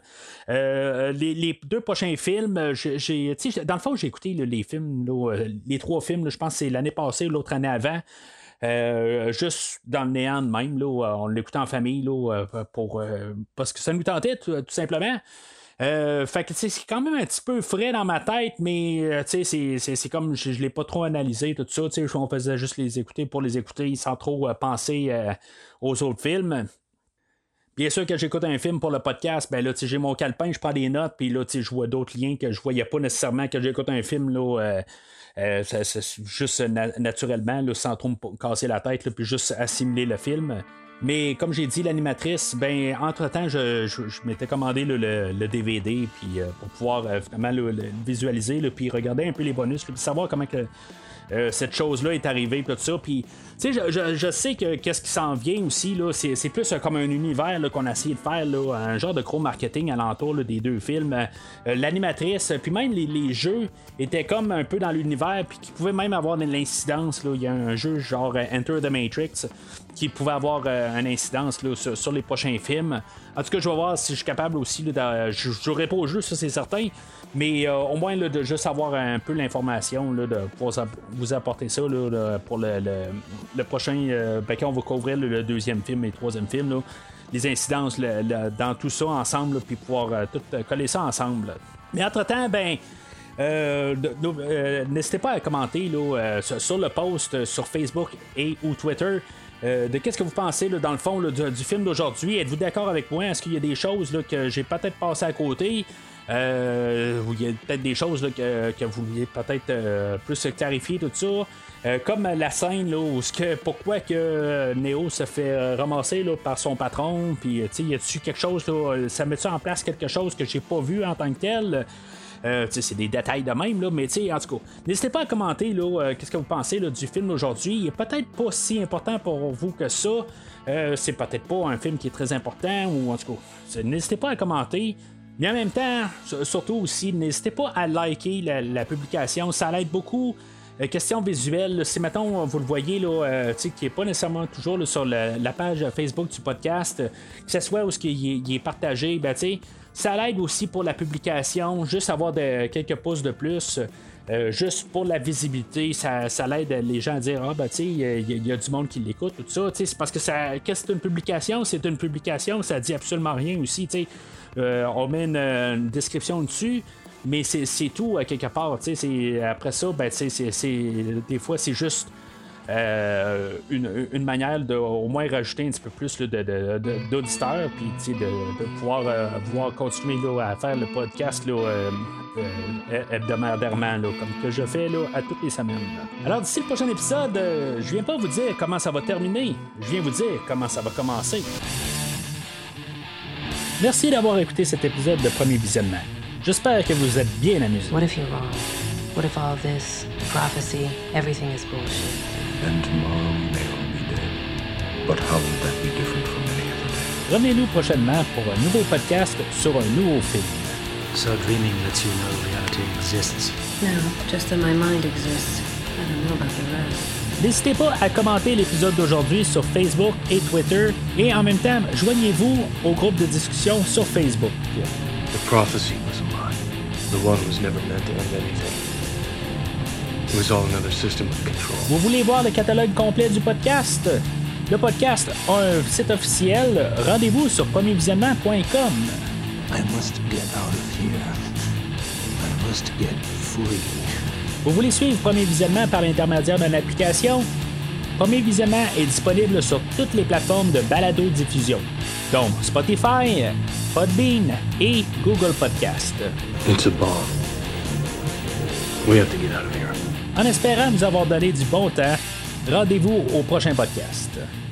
Les 2 prochains films, dans le fond, j'ai écouté là, les films, là, les 3 films, là, je pense que c'est l'année passée ou l'autre année avant. Juste dans le néant de même, là, on l'écoutait en famille là, parce que ça nous tentait tout simplement. Fait que c'est quand même un petit peu frais dans ma tête, mais c'est comme je l'ai pas trop analysé tout ça. On faisait juste les écouter pour les écouter sans trop penser aux autres films. Bien sûr que j'écoute un film pour le podcast, ben là, j'ai mon calepin, je prends des notes, puis là, je vois d'autres liens que je voyais pas nécessairement que j'écoute un film là. C'est juste naturellement, là, sans trop me casser la tête, là, puis juste assimiler le film. Mais comme j'ai dit, l'animatrice, ben entre-temps, je m'étais commandé là, le DVD puis, pour pouvoir finalement le visualiser, là, puis regarder un peu les bonus, puis savoir comment que cette chose-là est arrivée, tout ça. Puis, tu sais, je sais que qu'est-ce qui s'en vient aussi, là, c'est plus comme un univers là, qu'on a essayé de faire, là, un genre de gros marketing alentour là, des 2 films. L'animatrice, puis même les jeux étaient comme un peu dans l'univers, puis qui pouvaient même avoir de l'incidence. Il y a un jeu genre Enter the Matrix qui pouvait avoir une incidence là, sur les prochains films. En tout cas, je vais voir si je suis capable aussi. Je ne jouerai pas au jeu, ça c'est certain. Mais au moins là, de juste avoir un peu l'information là, de pouvoir vous apporter ça là, pour le prochain. Quand on va couvrir le 2e film et le 3e film. Là, les incidences dans tout ça ensemble, puis pouvoir tout coller ça ensemble. Mais entre-temps, ben. N'hésitez pas à commenter là, sur le post sur Facebook et ou Twitter de qu'est-ce que vous pensez là, dans le fond là, du film d'aujourd'hui. Êtes-vous d'accord avec moi? Est-ce qu'il y a des choses là, que j'ai peut-être passé à côté? Il y a peut-être des choses là, que vous vouliez peut-être plus clarifier, tout ça. Comme la scène là, où pourquoi que Neo se fait ramasser là, par son patron, puis y a-tu quelque chose là, ça met-tu en place quelque chose que j'ai pas vu en tant que tel? C'est des détails de même, là, mais en tout cas, n'hésitez pas à commenter là, qu'est-ce que vous pensez là, du film d'aujourd'hui. Il est peut-être pas si important pour vous que ça. C'est peut-être pas un film qui est très important, ou en tout cas, n'hésitez pas à commenter. Mais en même temps, surtout aussi, n'hésitez pas à liker la publication. Ça l'aide beaucoup. Question visuelle, là, si mettons vous le voyez là, qui n'est pas nécessairement toujours là, sur la page Facebook du podcast, que ce soit où il est partagé, ben, ça l'aide aussi pour la publication, juste avoir quelques pouces de plus. Juste pour la visibilité, ça l'aide les gens à dire il y a du monde qui l'écoute, tout ça. C'est parce que qu'est-ce que c'est une publication? C'est une publication, ça dit absolument rien aussi. On met une description dessus. Mais c'est tout à quelque part. Après ça, ben, des fois, c'est juste une manière de au moins rajouter un petit peu plus là, d'auditeurs, puis de pouvoir continuer là, à faire le podcast là, hebdomadairement, là, comme que je fais là, à toutes les semaines. Alors d'ici le prochain épisode, je viens pas vous dire comment ça va terminer, je viens vous dire comment ça va commencer. Merci d'avoir écouté cet épisode de Premier Visionnement. J'espère que vous êtes bien amusés. What if you're wrong? What if all this, the prophecy, everything is bullshit? And tomorrow we may all be dead. But how will that be different from any other day? Revenez-nous prochainement pour un nouveau podcast sur un nouveau film. So dreaming lets you know reality exists. No, just that my mind exists. I don't know about the rest. N'hésitez pas à commenter l'épisode d'aujourd'hui sur Facebook et Twitter. Et en même temps, joignez-vous au groupe de discussion sur Facebook. The prophecy was a lie. The one was never meant to end anything. It was all another system of control. Vous voulez voir le catalogue complet du podcast? Le podcast a un site officiel. Rendez-vous sur premiervisionnement.com. I must get out of here. I must get free. Vous voulez suivre Premier Visionnement par l'intermédiaire d'une application? Premier Visionnement est disponible sur toutes les plateformes de balado-diffusion, dont Spotify, Podbean et Google Podcast. It's a bomb. We have to get out of here. En espérant vous avoir donné du bon temps, rendez-vous au prochain podcast.